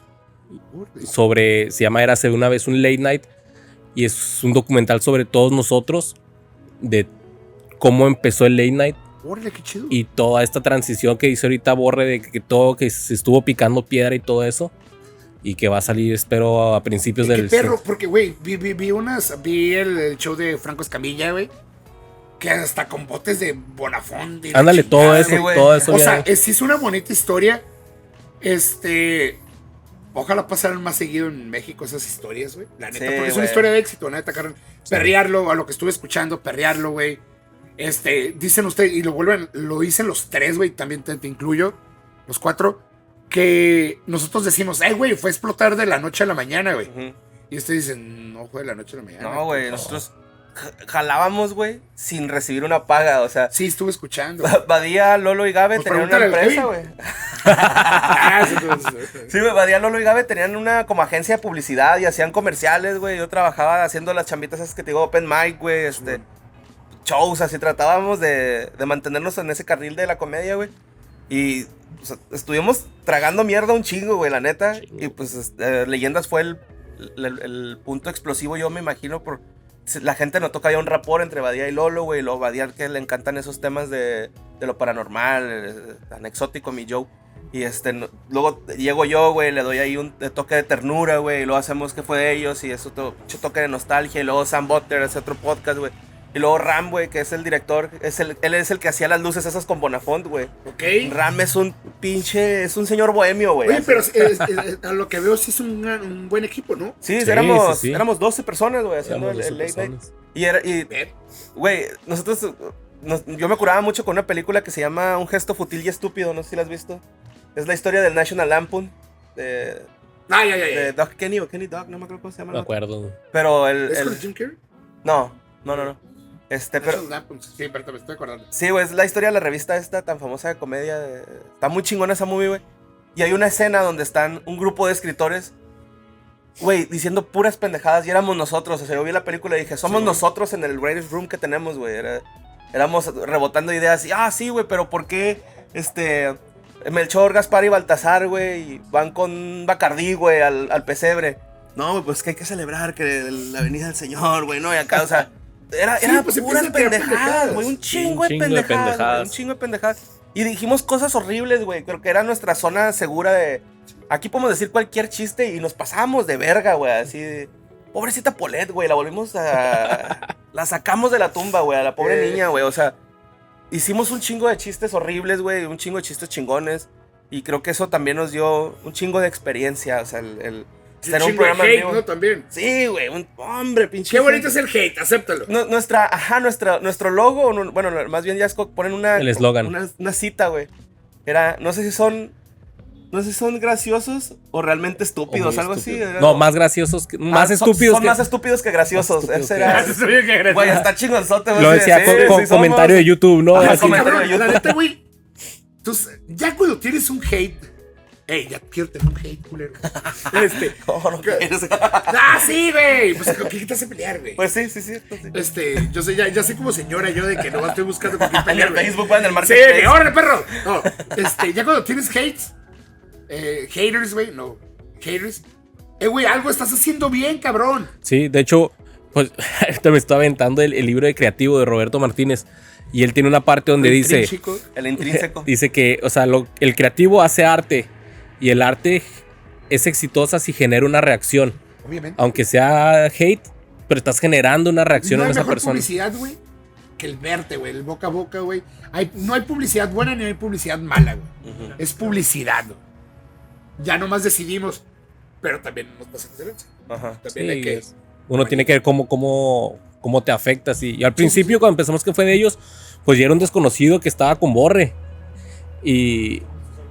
Speaker 3: sobre, se llama Érase una vez un late night, y es un documental sobre todos nosotros, de cómo empezó el late night,
Speaker 1: Órale, qué chido.
Speaker 3: Y toda esta transición que hizo ahorita Borre de que todo, que se estuvo picando piedra y todo eso. Y que va a salir, espero, a principios
Speaker 1: ¿Qué
Speaker 3: del...
Speaker 1: perro? Porque, güey, vi, vi, vi unas, vi el, el show de Franco Escamilla, güey. Que hasta con botes de Bonafont. y la
Speaker 3: Ándale, todo
Speaker 1: chingada,
Speaker 3: eso,
Speaker 1: güey.
Speaker 3: todo eso.
Speaker 1: O
Speaker 3: ya-
Speaker 1: sea, es, sí es una bonita historia. Este. Ojalá pasaran más seguido en México esas historias, güey. La neta,
Speaker 2: Sí,
Speaker 1: porque es
Speaker 2: güey.
Speaker 1: una historia de éxito, neta, carnal. Perrearlo, a lo que estuve escuchando, perrearlo, güey. Este, dicen ustedes, y lo vuelven, lo dicen los tres, güey, también te, te incluyo, los cuatro, que nosotros decimos, ay, güey, fue a explotar de la noche a la mañana, güey.
Speaker 2: Ujú.
Speaker 1: Y ustedes dicen, no fue de la noche a la mañana.
Speaker 2: No, güey, nosotros ja- jalábamos, güey, sin recibir una paga, o sea,
Speaker 1: Sí, estuve escuchando.
Speaker 2: Ba- Badía, Lolo y Gabe
Speaker 1: Pues
Speaker 2: tenían una
Speaker 1: pregúntale al
Speaker 2: empresa,
Speaker 1: Kevin.
Speaker 2: güey.
Speaker 1: Ah, sí, sí, sí.
Speaker 2: Sí, güey, Badía, Lolo y Gabe tenían una como agencia de publicidad y hacían comerciales, güey. Yo trabajaba haciendo las chambitas esas que te digo, open mic, güey, este, shows, así tratábamos de, de mantenernos en ese carril de la comedia, güey. Y o sea, estuvimos tragando mierda un chingo, güey, la neta.
Speaker 3: Chingo.
Speaker 2: Y pues este, Leyendas fue el, el- el punto explosivo, yo me imagino, por... La gente notó que había un rapport entre Badía y Lolo, güey. Y luego Badía que le encantan esos temas de, de lo paranormal, eh, tan exótico, mi Joe. Y este, no- luego llego yo, güey, le doy ahí un toque de ternura, güey. Y luego hacemos que fue de ellos y eso, otro pinche toque de nostalgia. Y luego Sam Butter, ese otro podcast, güey. Y luego Ram, güey, que es el director. Es el, él es el que hacía las luces esas con Bonafont, güey.
Speaker 1: Ok.
Speaker 2: Ram es un pinche, es un señor bohemio, güey.
Speaker 1: Oye,
Speaker 2: así.
Speaker 1: pero es- es- es- a lo que veo sí es un, gran- un buen equipo, ¿no?
Speaker 2: Sí,
Speaker 3: Sí,
Speaker 2: éramos,
Speaker 3: sí, sí.
Speaker 2: éramos doce personas, güey, haciendo
Speaker 3: Éramos
Speaker 2: el, el
Speaker 3: doce
Speaker 2: late night.
Speaker 3: personas.
Speaker 2: Y era, y,
Speaker 1: Ve.
Speaker 2: güey, nosotros, uh, nos- yo me curaba mucho con una película que se llama Un gesto fútil y estúpido, no sé si la has visto. Es la historia del National Lampoon, de,
Speaker 1: Ay, ay, ay.
Speaker 2: de
Speaker 1: ay.
Speaker 2: Doc Kenny o Kenny Doc, no me acuerdo cómo se llama.
Speaker 3: Me
Speaker 2: ¿no?
Speaker 3: acuerdo.
Speaker 2: Pero el,
Speaker 1: ¿Es
Speaker 2: el-
Speaker 1: con Jim Carrey?
Speaker 2: no, no, no, no. Este, pero,
Speaker 1: National Lampoon. Sí, espérate, me estoy acordando.
Speaker 2: sí, güey, es la historia de la revista esta tan famosa de comedia. de- está muy chingona esa movie, güey. Y hay una escena donde están un grupo de escritores, güey, diciendo puras pendejadas. Y éramos nosotros. O sea, yo vi la película y dije, somos
Speaker 1: Sí.
Speaker 2: nosotros en el greatest room que tenemos, güey. Era- éramos rebotando ideas. Y, ah, sí, güey, pero ¿por qué, este, Melchor, Gaspar y Baltasar, güey, van con Bacardí, güey, al, al pesebre? No, güey, pues que hay que celebrar que la venida del Señor, güey, ¿no? Y acá, o sea, era,
Speaker 1: Sí,
Speaker 2: era
Speaker 1: pues
Speaker 2: puras
Speaker 1: empiezan a tirar
Speaker 2: pendejadas,
Speaker 1: pendejadas.
Speaker 2: güey, un
Speaker 3: Sí,
Speaker 2: chingo,
Speaker 3: un
Speaker 2: de
Speaker 3: chingo de
Speaker 2: pendejadas, güey,
Speaker 3: pendejadas.
Speaker 2: un chingo de pendejadas. Y dijimos cosas horribles, güey, creo que era nuestra zona segura de... Aquí podemos decir cualquier chiste y nos pasamos de verga, güey, así de... Pobrecita Paulette, güey, la volvimos a... la sacamos de la tumba, güey, a la pobre
Speaker 1: Eh.
Speaker 2: niña, güey, o sea... Hicimos un chingo de chistes horribles, güey, un chingo de chistes chingones. Y creo que eso también nos dio un chingo de experiencia, o sea, el... el
Speaker 1: Y
Speaker 2: ser
Speaker 1: un
Speaker 2: un
Speaker 1: chingo de
Speaker 2: programa en
Speaker 1: hate,
Speaker 2: vivo.
Speaker 1: ¿no? También.
Speaker 2: Sí, güey, un hombre, pinche.
Speaker 1: Qué bonito
Speaker 2: gente.
Speaker 1: es el hate, acéptalo.
Speaker 2: Nu- nuestra, ajá, nuestra, nuestro logo, no, bueno, más bien ya es co- ponen una...
Speaker 3: El eslogan.
Speaker 2: Una, una cita, güey. Era, no sé si son... No sé si son graciosos o realmente
Speaker 3: O
Speaker 2: estúpidos,
Speaker 3: muy
Speaker 2: algo así.
Speaker 3: estúpidos.
Speaker 2: era
Speaker 3: No,
Speaker 2: como-
Speaker 3: más graciosos, que-
Speaker 2: Ah,
Speaker 3: más
Speaker 2: son-
Speaker 3: estúpidos.
Speaker 2: Son
Speaker 3: que-
Speaker 2: más estúpidos que graciosos.
Speaker 3: Más
Speaker 2: Ese
Speaker 3: estúpidos
Speaker 2: era... Güey, está chingonzote, güey.
Speaker 3: Lo
Speaker 2: sí,
Speaker 3: decía
Speaker 2: sí,
Speaker 3: con,
Speaker 2: sí,
Speaker 3: con
Speaker 2: somos.
Speaker 3: comentario de YouTube, ¿no?
Speaker 2: Ajá,
Speaker 3: Así.
Speaker 2: comentario
Speaker 1: Cabrón,
Speaker 2: de
Speaker 1: la
Speaker 2: YouTube.
Speaker 1: neta, güey. Entonces, ya cuando tienes un hate. Ey, ya quiero tener un hate, culero. Este.
Speaker 2: No, no quieres.
Speaker 1: Ah, sí, güey. Pues, ¿con quién te hace pelear, güey?
Speaker 2: Pues sí, sí, sí. sí.
Speaker 1: Este, yo sé, ya, ya sé como señora yo de que no estoy buscando con quién
Speaker 2: En
Speaker 1: pelear,
Speaker 2: el
Speaker 1: güey.
Speaker 2: Facebook, güey, en el
Speaker 1: Sí,
Speaker 2: marketplace.
Speaker 1: de órale, perro. No, este, ya cuando tienes hates, eh, haters, güey, no, haters. Eh, güey, algo estás haciendo bien, cabrón.
Speaker 3: Sí, de hecho, pues ahorita me estoy aventando el, el libro de creativo de Roberto Martínez. Y él tiene una parte donde dice,
Speaker 1: Chico.
Speaker 2: El intrínseco.
Speaker 3: dice que, o sea, lo- el creativo hace arte y el arte es exitosa si genera una reacción.
Speaker 1: Obviamente.
Speaker 3: Aunque sea hate, pero estás generando una reacción
Speaker 1: No
Speaker 3: en
Speaker 1: hay
Speaker 3: esa
Speaker 1: mejor
Speaker 3: persona.
Speaker 1: publicidad, güey, que el verte, güey, el boca a boca, güey. Hay- No hay publicidad buena ni hay publicidad mala, güey.
Speaker 2: Ujú.
Speaker 1: Es publicidad, güey. Ya nomás decidimos, pero también nos pasa diferencia.
Speaker 2: Ajá.
Speaker 1: También
Speaker 3: Sí,
Speaker 1: hay que...
Speaker 3: es- uno tiene que ver cómo, cómo, cómo te afectas. Y, y al principio, cuando empezamos que fue de ellos, pues ya era un desconocido que estaba con Borre. Y,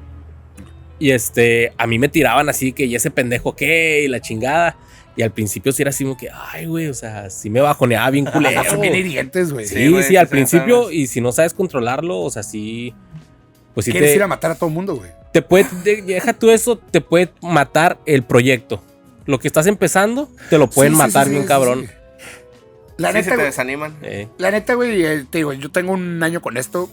Speaker 3: y este, a mí me tiraban así que, ¿y ese pendejo qué? Y la chingada. Y al principio sí era así como que, ay, güey, o sea, sí me bajoneaba bien culero.
Speaker 1: Son bien hirientes, güey.
Speaker 3: Sí,
Speaker 2: Sí,
Speaker 3: sí,
Speaker 2: güey, sí
Speaker 3: al
Speaker 2: se
Speaker 3: principio,
Speaker 2: sabe.
Speaker 3: y si no sabes controlarlo, o sea, sí. Pues sí
Speaker 1: Quieres
Speaker 3: te,
Speaker 1: ir a matar a todo el mundo, güey.
Speaker 3: te puede, de- deja tú eso, te puede matar el proyecto. Lo que estás empezando, te lo pueden
Speaker 1: Sí, sí,
Speaker 3: matar
Speaker 1: sí,
Speaker 3: bien
Speaker 1: sí,
Speaker 3: cabrón.
Speaker 1: sí. La
Speaker 2: Sí,
Speaker 1: neta,
Speaker 2: se te
Speaker 1: güey,
Speaker 2: desaniman.
Speaker 3: Eh,
Speaker 1: la neta, güey, eh, te digo, yo tengo un año con esto.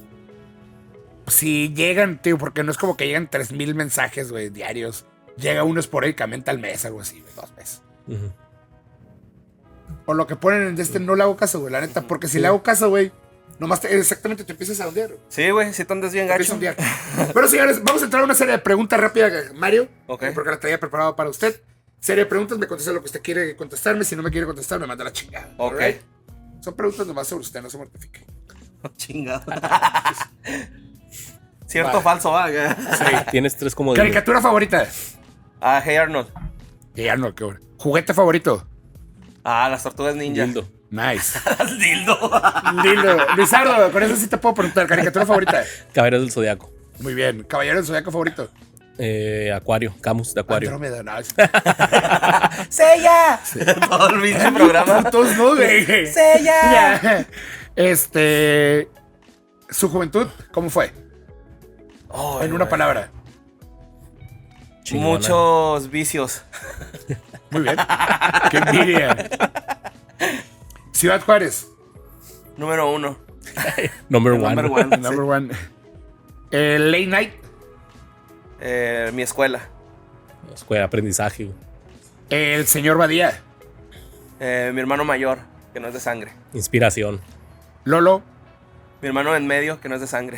Speaker 1: Si llegan, tío, porque no es como que llegan tres mil mensajes, güey, diarios. Llega uno esporádicamente al mes, algo así, güey, dos meses.
Speaker 3: ujú.
Speaker 1: O lo que ponen en este no le hago caso, güey, la neta. Porque si le hago caso, güey, Nomás te, exactamente te empiezas a ondear.
Speaker 2: Sí, güey, sí te andas bien
Speaker 1: Te empiezas a
Speaker 2: gacho.
Speaker 1: ondear. Pero señores, vamos a entrar a una serie de preguntas rápidas, Mario.
Speaker 2: Ok.
Speaker 1: Porque la traía preparado para usted. Serie de preguntas, me contesta lo que usted quiere contestarme. Si no me quiere contestar, me manda la chingada.
Speaker 2: Ok.
Speaker 1: ¿Alright? Son preguntas nomás sobre usted, no se mortifique.
Speaker 2: Chingado. Cierto o
Speaker 1: Va.
Speaker 2: falso, va.
Speaker 3: Sí, tienes tres como de.
Speaker 1: Caricatura favorita.
Speaker 2: Ah, Hey Arnold.
Speaker 1: Ya no, qué hora. Juguete favorito.
Speaker 2: Ah, las tortugas ninja.
Speaker 3: Dildo.
Speaker 1: Nice.
Speaker 2: Dildo.
Speaker 1: Lindo. Lizardo, con eso sí te puedo preguntar. Caricatura favorita.
Speaker 3: Caballeros del Zodiaco.
Speaker 1: Muy bien. Caballero del Zodiaco favorito.
Speaker 3: Eh, Acuario. Camus de Acuario.
Speaker 1: Andrómeda, no.
Speaker 2: ¡Sella! Todo el pinche programa.
Speaker 1: Putos, ¿no, güey?
Speaker 2: ¡Sella!
Speaker 1: Ya. Este. Su juventud, ¿cómo fue?
Speaker 2: Oh,
Speaker 1: En una
Speaker 2: güey.
Speaker 1: palabra.
Speaker 3: Chingona.
Speaker 2: Muchos vicios.
Speaker 1: Muy bien. Qué envidia. Ciudad Juárez.
Speaker 2: Número uno.
Speaker 3: Number one.
Speaker 2: Number one.
Speaker 1: Number one. Eh, late night.
Speaker 2: Eh, mi escuela.
Speaker 3: Escuela de aprendizaje. güey.
Speaker 1: El señor Badía.
Speaker 2: Eh, mi hermano mayor, que no es de sangre.
Speaker 3: Inspiración.
Speaker 1: Lolo.
Speaker 2: Mi hermano en medio, que no es de sangre.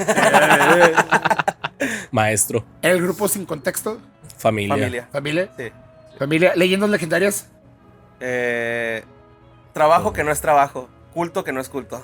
Speaker 3: Maestro.
Speaker 1: El grupo sin contexto.
Speaker 3: Familia.
Speaker 2: Familia.
Speaker 1: Familia.
Speaker 2: Sí.
Speaker 1: Familia. Leyendas legendarias.
Speaker 2: Eh, trabajo que no es trabajo. Culto que no es culto.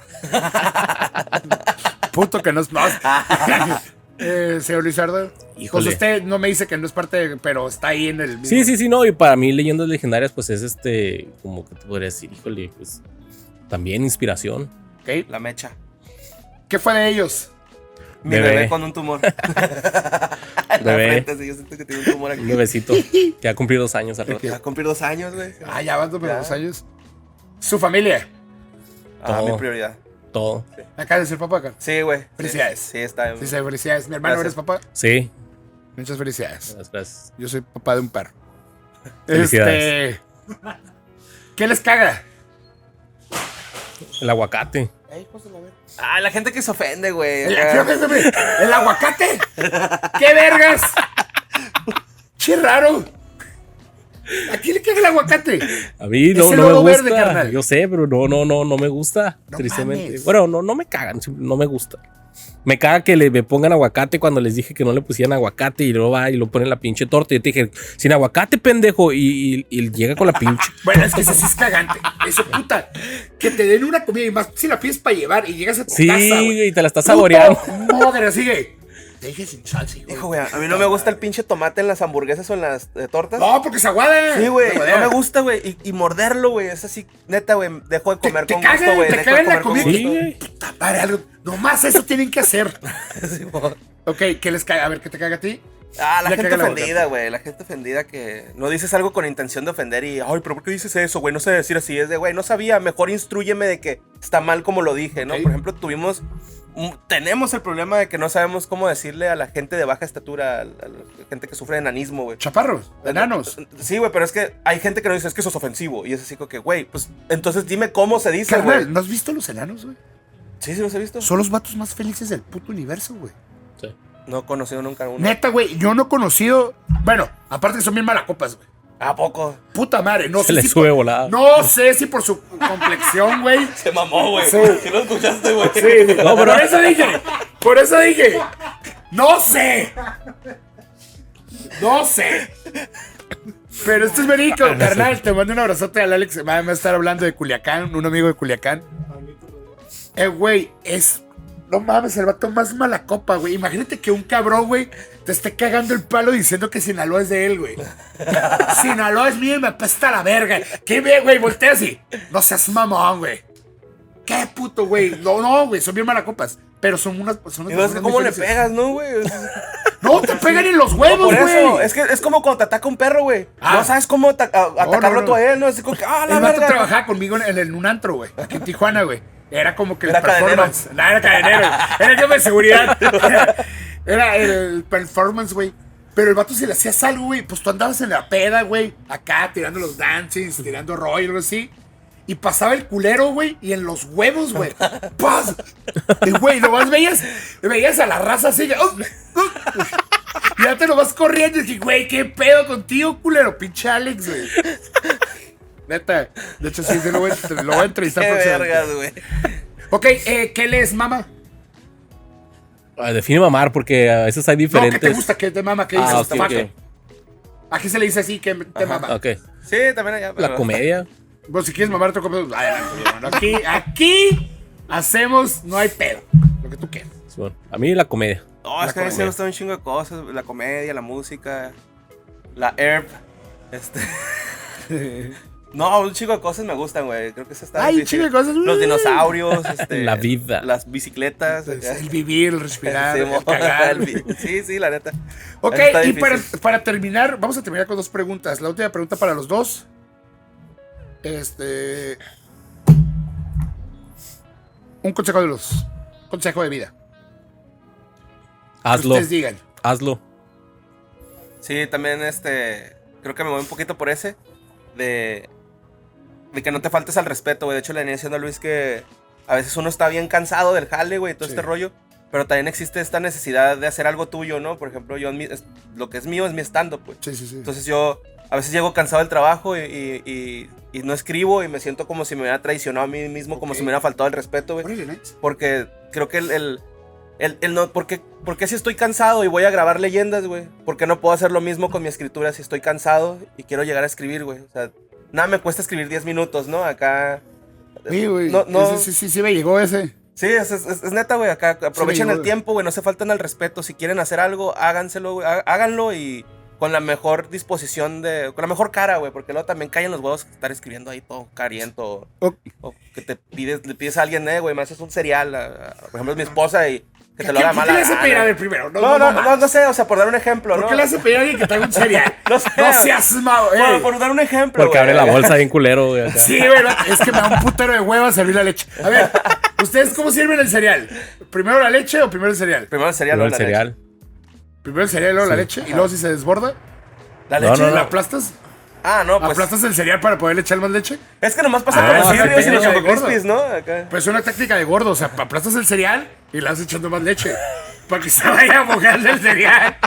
Speaker 1: Puto que no es más. eh, señor Lizardo.
Speaker 3: Híjole.
Speaker 1: Pues usted no me dice que no es parte, pero está ahí en el mismo.
Speaker 3: Sí, sí, sí, no. Y para mí, leyendas legendarias, pues es este. Como que te podría decir, híjole, pues. También inspiración.
Speaker 1: Ok.
Speaker 2: La mecha.
Speaker 1: ¿Qué fue de ellos?
Speaker 2: Mi
Speaker 3: Bebé.
Speaker 2: bebé, con un tumor. En la
Speaker 3: Bebé.
Speaker 2: frente, sí, yo siento que tiene un tumor aquí.
Speaker 3: Un bebecito. Que va a cumplir dos años al rato.
Speaker 2: Va a cumplir dos años, güey.
Speaker 1: Ah, ya van por
Speaker 2: Ya.
Speaker 1: dos años. Su familia.
Speaker 2: Ah,
Speaker 3: Todo.
Speaker 2: mi prioridad.
Speaker 3: Todo.
Speaker 1: Acá de ser papá acá.
Speaker 2: Sí, güey. Sí,
Speaker 1: Felicidades.
Speaker 2: Sí, está bien.
Speaker 1: Sí, sí, felicidades. Mi hermano,
Speaker 2: Gracias.
Speaker 1: ¿eres papá?
Speaker 3: Sí.
Speaker 1: Muchas felicidades.
Speaker 3: Gracias, gracias.
Speaker 1: Yo soy papá de un perro.
Speaker 3: Felicidades.
Speaker 1: Este. ¿Qué les caga?
Speaker 3: El aguacate.
Speaker 2: Ah, la gente que se ofende, güey.
Speaker 1: El,
Speaker 2: Acá.
Speaker 1: espérame, espérame, ¿el aguacate? ¿Qué vergas? Qué raro. ¿A quién le caga el aguacate?
Speaker 3: A mí
Speaker 1: Es
Speaker 3: no,
Speaker 1: el
Speaker 3: no me
Speaker 1: lodo
Speaker 3: gusta.
Speaker 1: verde, carnal.
Speaker 3: Yo sé, pero no, no, no, no me gusta.
Speaker 1: No
Speaker 3: tristemente.
Speaker 1: mames.
Speaker 3: Bueno, no, no me cagan, sim- no me gusta. Me caga que le me pongan aguacate cuando les dije que no le pusieran aguacate y luego va y lo ponen la pinche torta. Y yo te dije, sin aguacate, pendejo. Y, y- y llega con la pinche.
Speaker 1: Bueno, es que eso sí es cagante. Eso, puta. Que te den una comida y más si la pides para llevar y llegas a tu
Speaker 3: Sí,
Speaker 1: casa, güey.
Speaker 3: y te la estás
Speaker 1: Puto
Speaker 3: saboreando.
Speaker 1: Madre, sigue. Te dije sin salsa, hijo.
Speaker 2: Hijo, güey, a mí no me gusta el pinche tomate en las hamburguesas o en las eh, tortas.
Speaker 1: No, porque se aguada.
Speaker 2: Sí, güey,
Speaker 1: Se aguadea.
Speaker 2: no me gusta, güey. Y, y morderlo, güey, es así, neta, güey, dejo de
Speaker 1: Te-
Speaker 2: comer
Speaker 1: te
Speaker 2: con
Speaker 1: caga,
Speaker 2: gusto, güey.
Speaker 1: te
Speaker 2: Dejo
Speaker 1: caga
Speaker 2: de
Speaker 1: en la
Speaker 2: comer con
Speaker 1: comida.
Speaker 3: Sí,
Speaker 2: gusto.
Speaker 3: güey.
Speaker 1: Puta madre, algo. Nomás eso tienen que hacer.
Speaker 2: Sí, mo-
Speaker 1: Ok, ¿qué les caga? A ver, ¿qué te caga a ti?
Speaker 2: Ah, la
Speaker 1: Le
Speaker 2: gente
Speaker 1: caga el
Speaker 2: ofendida, güey. La gente ofendida que no dices algo con intención de ofender y, ay, pero ¿por qué dices eso, güey? No sé decir así. Es de, güey, no sabía. Mejor instrúyeme de que está mal como lo dije, ¿no?
Speaker 1: Ok.
Speaker 2: Por ejemplo, tuvimos. mm, Tenemos el problema de que no sabemos cómo decirle a la gente de baja estatura, a la, a la gente que sufre de enanismo, güey.
Speaker 1: Chaparros, enanos.
Speaker 2: Sí, güey, pero es que hay gente que no dice, es que eso es ofensivo. Y es así como que, güey, pues entonces dime cómo se dice, güey.
Speaker 1: Carnal, ¿no has visto los enanos, güey?
Speaker 2: Sí, sí, los he visto.
Speaker 1: Son los vatos más felices del puto universo, güey.
Speaker 3: Sí.
Speaker 2: No he conocido nunca uno.
Speaker 1: Neta, güey, yo no he conocido. Bueno, aparte que son bien malacopas, güey.
Speaker 2: ¿A poco?
Speaker 1: Puta madre, no
Speaker 3: Se
Speaker 1: sé
Speaker 3: le
Speaker 1: si
Speaker 3: sube
Speaker 1: por-
Speaker 3: volada.
Speaker 1: No sé si por su complexión, güey.
Speaker 2: Se mamó, güey.
Speaker 1: Sí.
Speaker 2: ¿Sí lo escuchaste, güey?
Speaker 1: Sí,
Speaker 3: No, pero-
Speaker 1: por eso dije. Por eso dije. No sé. No sé. Pero esto es verídico, carnal. Te mando un abrazote al Alex. Va a estar hablando de Culiacán, un amigo de Culiacán. Eh, güey, es. No mames, el vato más mala copa, güey. Imagínate que un cabrón, güey, te esté cagando el palo diciendo que Sinaloa es de él, güey. Sinaloa es mío y me apesta la verga. ¿Qué ve, güey? Voltea así. No seas mamón, güey. ¿Qué puto, güey? No, no, güey, son bien malacopas. Pero son unas personas.
Speaker 2: Y no sé
Speaker 1: personas
Speaker 2: cómo
Speaker 1: muy
Speaker 2: le
Speaker 1: felices.
Speaker 2: pegas, ¿no, güey?
Speaker 1: No, te pegan en los huevos,
Speaker 2: Por eso,
Speaker 1: güey.
Speaker 2: es que es como cuando te ataca un perro, güey.
Speaker 1: Ah.
Speaker 2: No sabes cómo ata- a- atacarlo
Speaker 1: no, no.
Speaker 2: tú a él, ¿no? Es como que, ah, la
Speaker 1: El vato
Speaker 2: verga.
Speaker 1: trabajaba conmigo en, en un antro, güey. Aquí en Tijuana, güey. Era como que el
Speaker 2: Era
Speaker 1: performance. No, era cadenero. Era el jefe de seguridad. Era, era el performance, güey. Pero el vato, si le hacías algo, güey, pues tú andabas en la peda, güey. Acá, tirando los dancings, tirando rollo, algo así. Y pasaba el culero, güey, y en los huevos, güey. ¡Paz! Y, güey, nomás veías, veías a la raza así. ¡uh! ¡uh! Y ya te lo vas corriendo y dije, güey, ¿qué pedo contigo, culero? Pinche Alex, güey. Neta. De hecho, sí, sí lo voy a, lo voy a entrevistar
Speaker 2: Qué
Speaker 1: próximamente.
Speaker 2: vergas, güey.
Speaker 1: Ok, eh, ¿qué lees, mama?
Speaker 3: Ah, define mamar porque a veces hay
Speaker 1: No,
Speaker 3: diferentes.
Speaker 1: ¿qué te gusta? ¿Qué te mama? ¿Qué dices?
Speaker 3: Ah,
Speaker 1: What the
Speaker 3: ok,
Speaker 1: fuck?
Speaker 3: ok.
Speaker 1: ¿A qué se le dice así? ¿Qué te mama?
Speaker 3: Ok.
Speaker 2: Sí, también allá. pero-
Speaker 3: La comedia.
Speaker 1: Bueno, si quieres mamar, te comes. Aquí, aquí hacemos, no hay pedo. Lo que tú quieras.
Speaker 3: Sí, bueno, a mí la comedia.
Speaker 2: No,
Speaker 1: La
Speaker 2: es que a mí me
Speaker 1: comedia.
Speaker 2: gustan un chingo de cosas. La comedia, la música, la herb. Este. No, un chingo de cosas me gustan, güey. Creo que eso está
Speaker 1: Ay,
Speaker 2: difícil.
Speaker 1: chingo de cosas.
Speaker 2: Los dinosaurios, este.
Speaker 3: La vida.
Speaker 2: Las bicicletas. acá.
Speaker 1: El vivir, el respirar,
Speaker 2: Sí,
Speaker 1: el
Speaker 2: mo-
Speaker 1: cagar.
Speaker 2: el vi- sí, sí, la neta.
Speaker 1: Ok,
Speaker 2: Está
Speaker 1: y
Speaker 2: difícil.
Speaker 1: para, para terminar, vamos a terminar con dos preguntas. La última pregunta para los dos. Este. Un consejo de los. Consejo de vida. Que
Speaker 3: Hazlo.
Speaker 1: ustedes digan.
Speaker 3: Hazlo.
Speaker 2: Sí, también este. Creo que me voy un poquito por ese. De. De que no te faltes al respeto, güey. De hecho, le venía diciendo a Luis que a veces uno está bien cansado del jale, güey, todo
Speaker 1: Sí.
Speaker 2: este rollo. Pero también existe esta necesidad de hacer algo tuyo, ¿no? Por ejemplo, yo en mi- es- lo que es mío es mi stand-up, pues.
Speaker 1: Sí, sí, sí.
Speaker 2: Entonces yo a veces llego cansado del trabajo y, y- y- y no escribo y me siento como si me hubiera traicionado a mí mismo, como
Speaker 1: Ok.
Speaker 2: si me hubiera faltado el respeto, güey.
Speaker 1: Órale, nice.
Speaker 2: Porque creo que el... el, el- el no, porque, porque si estoy cansado y voy a grabar leyendas, güey. Porque no puedo hacer lo mismo con mi escritura si estoy cansado y quiero llegar a escribir, güey. O sea, nada me cuesta escribir diez minutos, ¿no? Acá...
Speaker 1: Sí, güey.
Speaker 2: No, no.
Speaker 1: Ese sí, sí, sí me llegó ese.
Speaker 2: Sí, es, es- es neta, güey. Acá aprovechen
Speaker 1: llegó,
Speaker 2: el
Speaker 1: güey.
Speaker 2: tiempo, güey. No se faltan al respeto. Si quieren hacer algo, háganselo, güey. há- Háganlo y con la mejor disposición de... Con la mejor cara, güey. Porque luego también caen los huevos estar escribiendo ahí todo cariento.
Speaker 1: Ok.
Speaker 2: O que te pides, le pides a alguien, eh, güey, me haces un cereal. a- a- por ejemplo, es mi esposa y que te lo haga
Speaker 1: ¿Qué,
Speaker 2: mal.
Speaker 1: ¿Qué le hace pedir a ver primero?
Speaker 2: No, no, no, no, no sé, o sea, por dar un ejemplo,
Speaker 1: ¿Por
Speaker 2: ¿no?
Speaker 1: qué le hace pedir a alguien que traiga un cereal?
Speaker 2: No sé.
Speaker 1: No seas malo,
Speaker 2: Por,
Speaker 1: eh.
Speaker 2: por dar un ejemplo,
Speaker 3: Porque
Speaker 2: güey.
Speaker 3: abre la bolsa bien culero, güey. acá.
Speaker 1: Sí, güey, no, es que me da un putero de hueva servir la leche. A ver, ¿ustedes cómo sirven el cereal? ¿Primero la leche o primero el cereal?
Speaker 2: Primero el cereal,
Speaker 3: Luego
Speaker 2: luego
Speaker 3: el
Speaker 2: la
Speaker 3: cereal.
Speaker 1: Primero el cereal, luego la
Speaker 3: Sí.
Speaker 1: leche. Y luego si se desborda,
Speaker 2: leche. La
Speaker 3: No,
Speaker 2: leche.
Speaker 3: no, no.
Speaker 1: ¿la aplastas?
Speaker 2: Ah, no, pues.
Speaker 1: ¿Aplastas el cereal para poderle echar más leche?
Speaker 2: Es que nomás pasa
Speaker 3: Ah,
Speaker 2: con los
Speaker 3: ese
Speaker 2: Cheerios y
Speaker 1: pedo
Speaker 2: los
Speaker 1: de
Speaker 2: Choco
Speaker 1: gordo.
Speaker 2: Crispies, ¿no? Acá.
Speaker 1: Pues es una táctica de gordo. O sea, aplastas el cereal y le vas echando más leche. Para que se vaya mojando el cereal.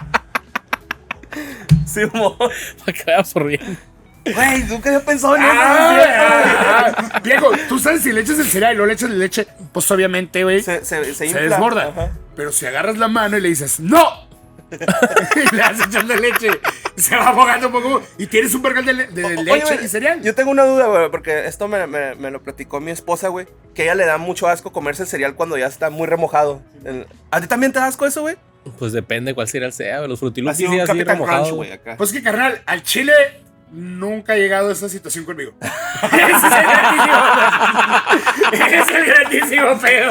Speaker 2: Sí, mo.
Speaker 3: Para que vaya absorbiendo.
Speaker 2: Güey, nunca había pensado en eso.
Speaker 1: Ah, ah, viejo, tú sabes si le echas el cereal y luego le echas la leche, pues obviamente, güey, se,
Speaker 2: Se, se, se, infla.
Speaker 1: desborda.
Speaker 2: Ajá.
Speaker 1: Pero si agarras la mano y le dices, ¡no! y le vas echando leche, se va mojando un poco y tienes un vergal de, le- de
Speaker 2: Oye,
Speaker 1: leche
Speaker 2: güey,
Speaker 1: y cereal.
Speaker 2: Yo tengo una duda, güey, porque esto me, me- me lo platicó mi esposa, güey. Que a ella le da mucho asco comerse el cereal cuando ya está muy remojado. El- ¿A ti también te da asco eso, güey?
Speaker 3: Pues depende cuál cereal sea, güey. Los frutilupis
Speaker 2: Así
Speaker 3: sí
Speaker 2: un
Speaker 3: así
Speaker 2: Capitán
Speaker 3: remojados.
Speaker 2: Crunch, güey, acá.
Speaker 1: Pues que, carnal, al chile nunca ha llegado a esa situación conmigo. Ese es el grandísimo. Ese es el grandísimo pedo.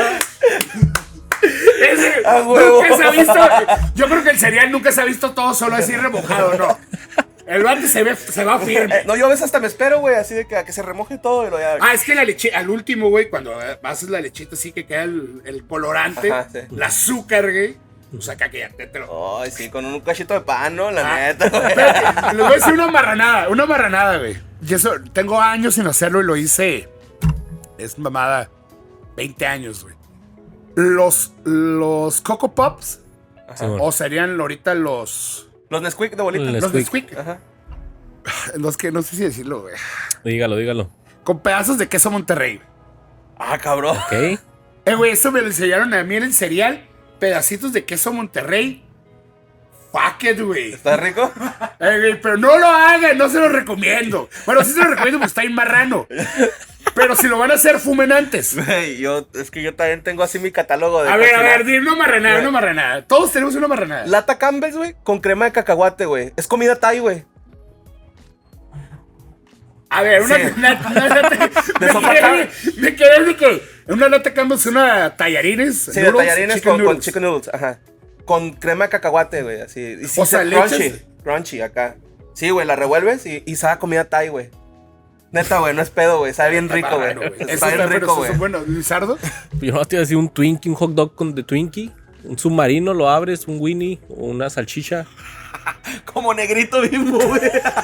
Speaker 1: Ese,
Speaker 2: Ah, huevo.
Speaker 1: nunca se ha visto. Yo creo que el cereal nunca se ha visto todo solo así remojado, no. El bate se, ve, se va firme.
Speaker 2: Eh, no, yo a veces hasta me espero, güey, así de que, a que se remoje todo y lo ya.
Speaker 1: Ah, es que la leche, al último, güey, cuando eh, haces la lechita así que queda el, el colorante,
Speaker 2: Ajá, sí.
Speaker 1: el azúcar, güey, pues acá que ya te, te lo...
Speaker 2: Ay, sí, con un cachito de pan, ¿no? La
Speaker 1: Ah,
Speaker 2: neta, güey.
Speaker 1: espérate, les voy a decir una marranada, una marranada, güey. Y eso, tengo años sin hacerlo y lo hice, es mamada, veinte años, güey. Los, los Coco Pops,
Speaker 3: Sí, bueno.
Speaker 1: o serían ahorita los,
Speaker 2: Los Nesquik de bolita.
Speaker 3: El
Speaker 1: los
Speaker 3: Nesquik.
Speaker 1: Nesquik,
Speaker 2: Ajá.
Speaker 1: los que no sé si decirlo, güey.
Speaker 3: Dígalo, dígalo.
Speaker 1: Con pedazos de queso Monterrey.
Speaker 2: Ah, cabrón.
Speaker 3: Ok.
Speaker 1: Eh, güey, eso me lo enseñaron a mí en el cereal. Pedacitos de queso Monterrey. Fuck it, güey.
Speaker 2: ¿Está rico?
Speaker 1: Eh, güey, pero no lo hagan, no se lo recomiendo. Bueno, sí se lo recomiendo porque está bien marrano. Pero si lo van a hacer, fumen antes.
Speaker 2: Güey, yo, es que yo también tengo así mi catálogo de.
Speaker 1: A ver, a
Speaker 2: cocinar.
Speaker 1: ver, di una marranada, una marranada. Todos tenemos una marranada.
Speaker 2: Lata Campbell's, güey, con crema de cacahuate, güey. Es comida Thai, güey.
Speaker 1: A ver, una,
Speaker 2: Sí.
Speaker 1: una, una lata. Me
Speaker 2: sofá
Speaker 1: quedé, me quedé de que. Una lata Campbell's, una tallarines.
Speaker 2: Sí, de
Speaker 1: noodles,
Speaker 2: tallarines
Speaker 1: chicken
Speaker 2: con, con
Speaker 1: noodles.
Speaker 2: chicken noodles, ajá. Con crema de cacahuate, güey, así. Y sí,
Speaker 1: O sea,
Speaker 2: se-
Speaker 1: le
Speaker 2: crunchy,
Speaker 1: echas-
Speaker 2: crunchy acá. Sí, güey, la revuelves y, y sabe a comida Thai, güey. Neta, güey, no es pedo, güey. Sabe bien rico, güey.
Speaker 1: Marrano, güey.
Speaker 2: Está
Speaker 1: Esos
Speaker 2: bien
Speaker 1: pero
Speaker 2: rico,
Speaker 1: esos
Speaker 2: güey.
Speaker 1: son buenos. Lizardo.
Speaker 3: Yo no te iba a decir un Twinkie, un hot dog con de Twinkie. Un submarino lo abres, un Winnie o una salchicha.
Speaker 2: Como negrito mismo, güey.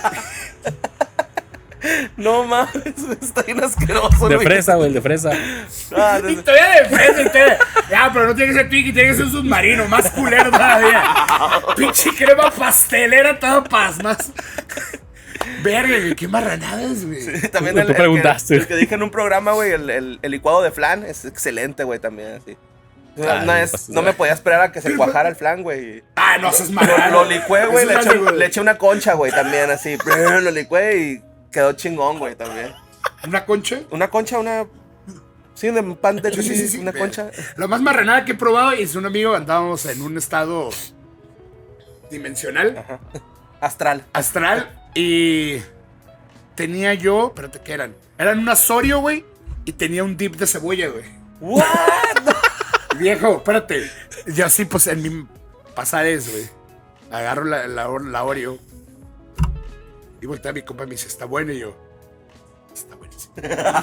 Speaker 2: No mames, está bien asqueroso,
Speaker 3: De
Speaker 2: güey.
Speaker 3: fresa, güey, el de fresa.
Speaker 2: Ah, de-
Speaker 1: Y todavía de fresa y todavía. Ya, pero no tiene que ser Twinkie, tiene que ser un submarino, más culero todavía. Pinche crema pastelera, todo pasmas. Verga, güey, qué marranadas, güey.
Speaker 2: Sí, también
Speaker 3: Tú-
Speaker 2: el,
Speaker 3: tú
Speaker 2: el
Speaker 3: preguntaste.
Speaker 2: que, el que dije en un programa, güey, el, el, el licuado de flan es excelente, güey, también, así. Una
Speaker 3: Ay,
Speaker 2: vez
Speaker 3: pues,
Speaker 2: no me podía esperar a que se cuajara el flan, güey.
Speaker 1: Ah, no, eso es
Speaker 2: Lo,
Speaker 1: marrano.
Speaker 2: lo licué, güey,
Speaker 1: Eso
Speaker 2: le
Speaker 1: es
Speaker 2: eché,
Speaker 1: marrano,
Speaker 2: le eché una concha, güey, también, así. Lo licué y quedó chingón, güey, también.
Speaker 1: ¿Una concha?
Speaker 2: Una concha, una... Sí, de un pan de
Speaker 1: Sí, sí, sí, sí.
Speaker 2: una concha.
Speaker 1: Lo más marranada que he probado es un amigo, andábamos en un estado dimensional,
Speaker 2: Ajá. Astral.
Speaker 1: astral, y tenía yo, espérate, ¿qué eran? Eran un asorio, güey, y tenía un dip de cebolla, güey.
Speaker 2: ¿What?
Speaker 1: Viejo, espérate. Yo así, pues, en mi pasadez, güey. Agarro la, la, la Oreo y voltea a mi compa y me dice, ¿está bueno? Y yo, está buenísimo.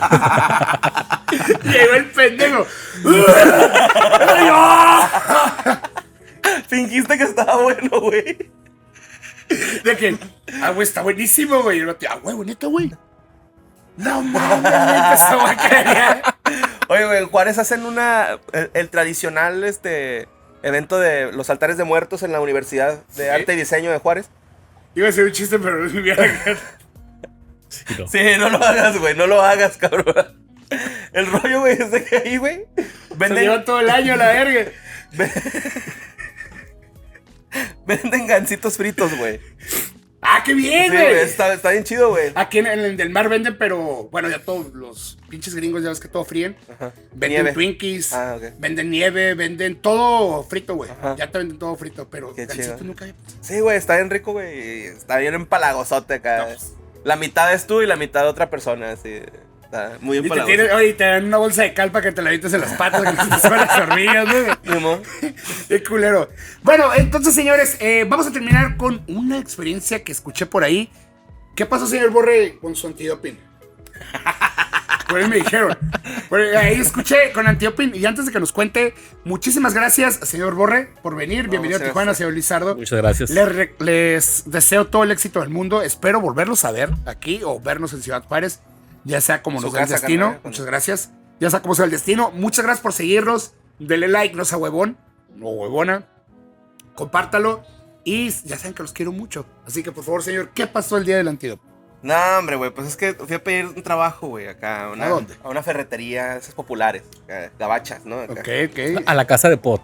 Speaker 1: Llegó el pendejo.
Speaker 2: Fingiste que estaba bueno, güey.
Speaker 1: De que, ah, güey, está buenísimo, güey. Y yo, ah, güey, bonito, güey. No mames, neta, esa güey quería.
Speaker 2: Oye, güey, en Juárez hacen una... El, el tradicional, este... evento de los altares de muertos en la Universidad de
Speaker 1: ¿Sí?
Speaker 2: Arte y Diseño de Juárez.
Speaker 1: Iba a ser un chiste, pero no me iba a
Speaker 3: Sí, no.
Speaker 2: Sí, no lo hagas, güey, no lo hagas, cabrón. El rollo, güey, es de que ahí, güey,
Speaker 1: Se
Speaker 2: venden,
Speaker 1: lleva todo el año la verga.
Speaker 2: venden gancitos fritos, güey.
Speaker 1: Ah, qué
Speaker 2: Sí,
Speaker 1: bien,
Speaker 2: güey,
Speaker 1: güey.
Speaker 2: está, está bien chido, güey.
Speaker 1: Aquí en el del mar venden, pero bueno, ya todos los pinches gringos, ya ves que todo fríen.
Speaker 2: Ajá.
Speaker 1: Venden
Speaker 2: Nieve.
Speaker 1: Twinkies,
Speaker 2: Ah, ok.
Speaker 1: venden nieve, venden todo frito, güey.
Speaker 2: Ajá.
Speaker 1: Ya te venden todo frito, pero
Speaker 2: Qué
Speaker 1: gansito
Speaker 2: chido.
Speaker 1: nunca había.
Speaker 2: Sí, güey, está bien rico, güey. y Está bien empalagosote acá.
Speaker 1: No, pues.
Speaker 2: La mitad es tú y la mitad otra persona, así. Está muy
Speaker 1: Y te,
Speaker 2: empalagoso.
Speaker 1: tienen, oye, te dan una bolsa de cal para que te la avientes en las patas, que te suenan las hormigas, güey.
Speaker 2: Mi amor.
Speaker 1: Qué culero. Bueno, entonces, señores, eh, vamos a terminar con una experiencia que escuché por ahí. ¿Qué pasó, señor Borre, con su antidoping? Por ahí me dijeron. Por ahí escuché con antidoping. Y antes de que nos cuente, muchísimas gracias, señor Borre, por venir.
Speaker 2: No,
Speaker 1: Bienvenido a
Speaker 2: sí,
Speaker 1: Tijuana,
Speaker 2: sí.
Speaker 1: señor Lizardo.
Speaker 3: Muchas gracias.
Speaker 1: Les, re- les deseo todo el éxito del mundo. Espero volverlos a ver aquí o vernos en Ciudad Juárez, ya sea como
Speaker 2: Su
Speaker 1: nos da el
Speaker 2: casa,
Speaker 1: destino.
Speaker 2: carnal, cuando-
Speaker 1: Muchas gracias. Ya sea como sea el destino. Muchas gracias por seguirnos. Dele like, no sea huevón o huevona. Compártalo. Y ya saben que los quiero mucho. Así que, por favor, señor, ¿qué pasó el día del antídoto?
Speaker 2: No, hombre, güey, pues es que fui a pedir un trabajo, güey, acá. a Una,
Speaker 1: ¿A dónde?
Speaker 2: A una ferretería, esas populares, acá, gabachas, ¿no? Acá.
Speaker 1: Ok, ok.
Speaker 3: A la casa de Pot.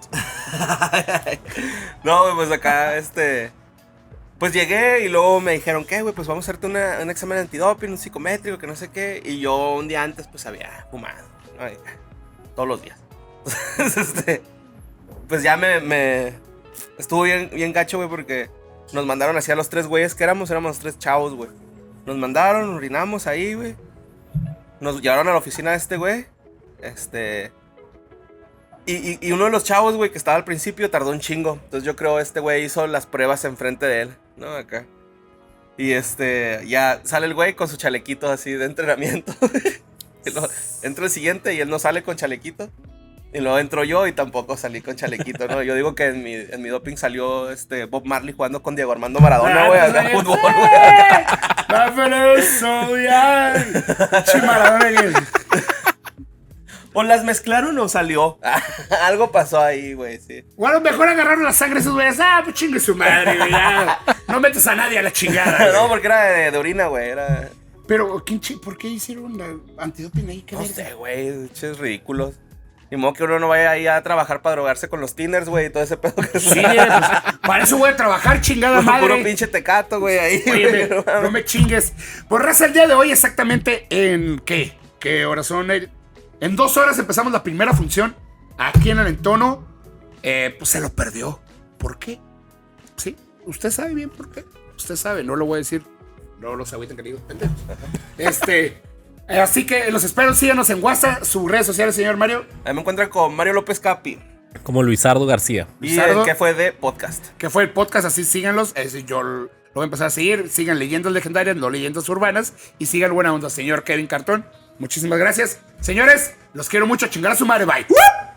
Speaker 2: No, güey, pues acá, este... Pues llegué y luego me dijeron, ¿qué, güey? Pues vamos a hacerte una- un examen de antidoping, un psicométrico, que no sé qué. Y yo un día antes, pues había fumado, ¿no? Y, todos los días. Entonces, este... Pues ya me... me estuvo bien, bien gacho, güey, porque nos mandaron así a los tres güeyes que éramos, éramos tres chavos, güey. Nos mandaron, orinamos ahí, güey. Nos llevaron a la oficina de este güey. Este... Y, y, y uno de los chavos, güey, que estaba al principio tardó un chingo. Entonces yo creo este güey hizo las pruebas enfrente de él, ¿no? Acá. Y este, ya sale el güey con su chalequito así de entrenamiento. Y luego entró el siguiente y él no sale con chalequito. Y luego entro yo y tampoco salí con chalequito, ¿no? Yo digo que en mi, en mi doping salió este Bob Marley jugando con Diego Armando Maradona, güey, acá en fútbol, güey.
Speaker 1: ¡Va, pero eso, ya! Che, Maradona, güey.
Speaker 2: O las mezclaron o salió. Algo pasó ahí, güey, sí.
Speaker 1: Bueno, mejor agarraron la sangre de esos güeyes. Ah, pues chingue su madre, güey. Ya. No metes a nadie a la chingada.
Speaker 2: No,
Speaker 1: güey.
Speaker 2: porque era de, de orina, güey, era...
Speaker 1: Pero, ¿quién chi- ¿por qué hicieron la antidoping ahí? ¿Qué
Speaker 2: No
Speaker 1: verga?
Speaker 2: sé, güey, ches ridículos. Ni modo que uno no vaya ahí a trabajar para drogarse con los tiners, güey, y todo ese pedo que
Speaker 1: Sí, pues, para eso voy a trabajar, chingada
Speaker 2: Puro, puro
Speaker 1: madre.
Speaker 2: pinche tecato, güey, ahí.
Speaker 1: Oye,
Speaker 2: güey,
Speaker 1: me-
Speaker 2: no mames.
Speaker 1: no me chingues. Por raza, el día de hoy exactamente en ¿qué? ¿Qué horas son? En dos horas empezamos la primera función aquí en el entono. Eh, pues se lo perdió. ¿Por qué? Sí, usted sabe bien por qué. Usted sabe, no lo voy a decir. No los agüiten que digo, pendejos. Este, eh, así que los espero, síganos en WhatsApp, sus redes sociales, señor Mario.
Speaker 2: Ahí me encuentran con Mario López Capi.
Speaker 3: Como Luisardo García.
Speaker 2: Y
Speaker 1: Lizardo.
Speaker 2: el que fue de podcast.
Speaker 1: Que fue el podcast, así síganlos. Ese yo lo voy a empezar a seguir. Sigan Leyendas Legendarias, no Leyendas Urbanas. Y sigan Buena Onda, señor Kevin Cartón. Muchísimas gracias. Señores, los quiero mucho. Chingar a su madre. Bye.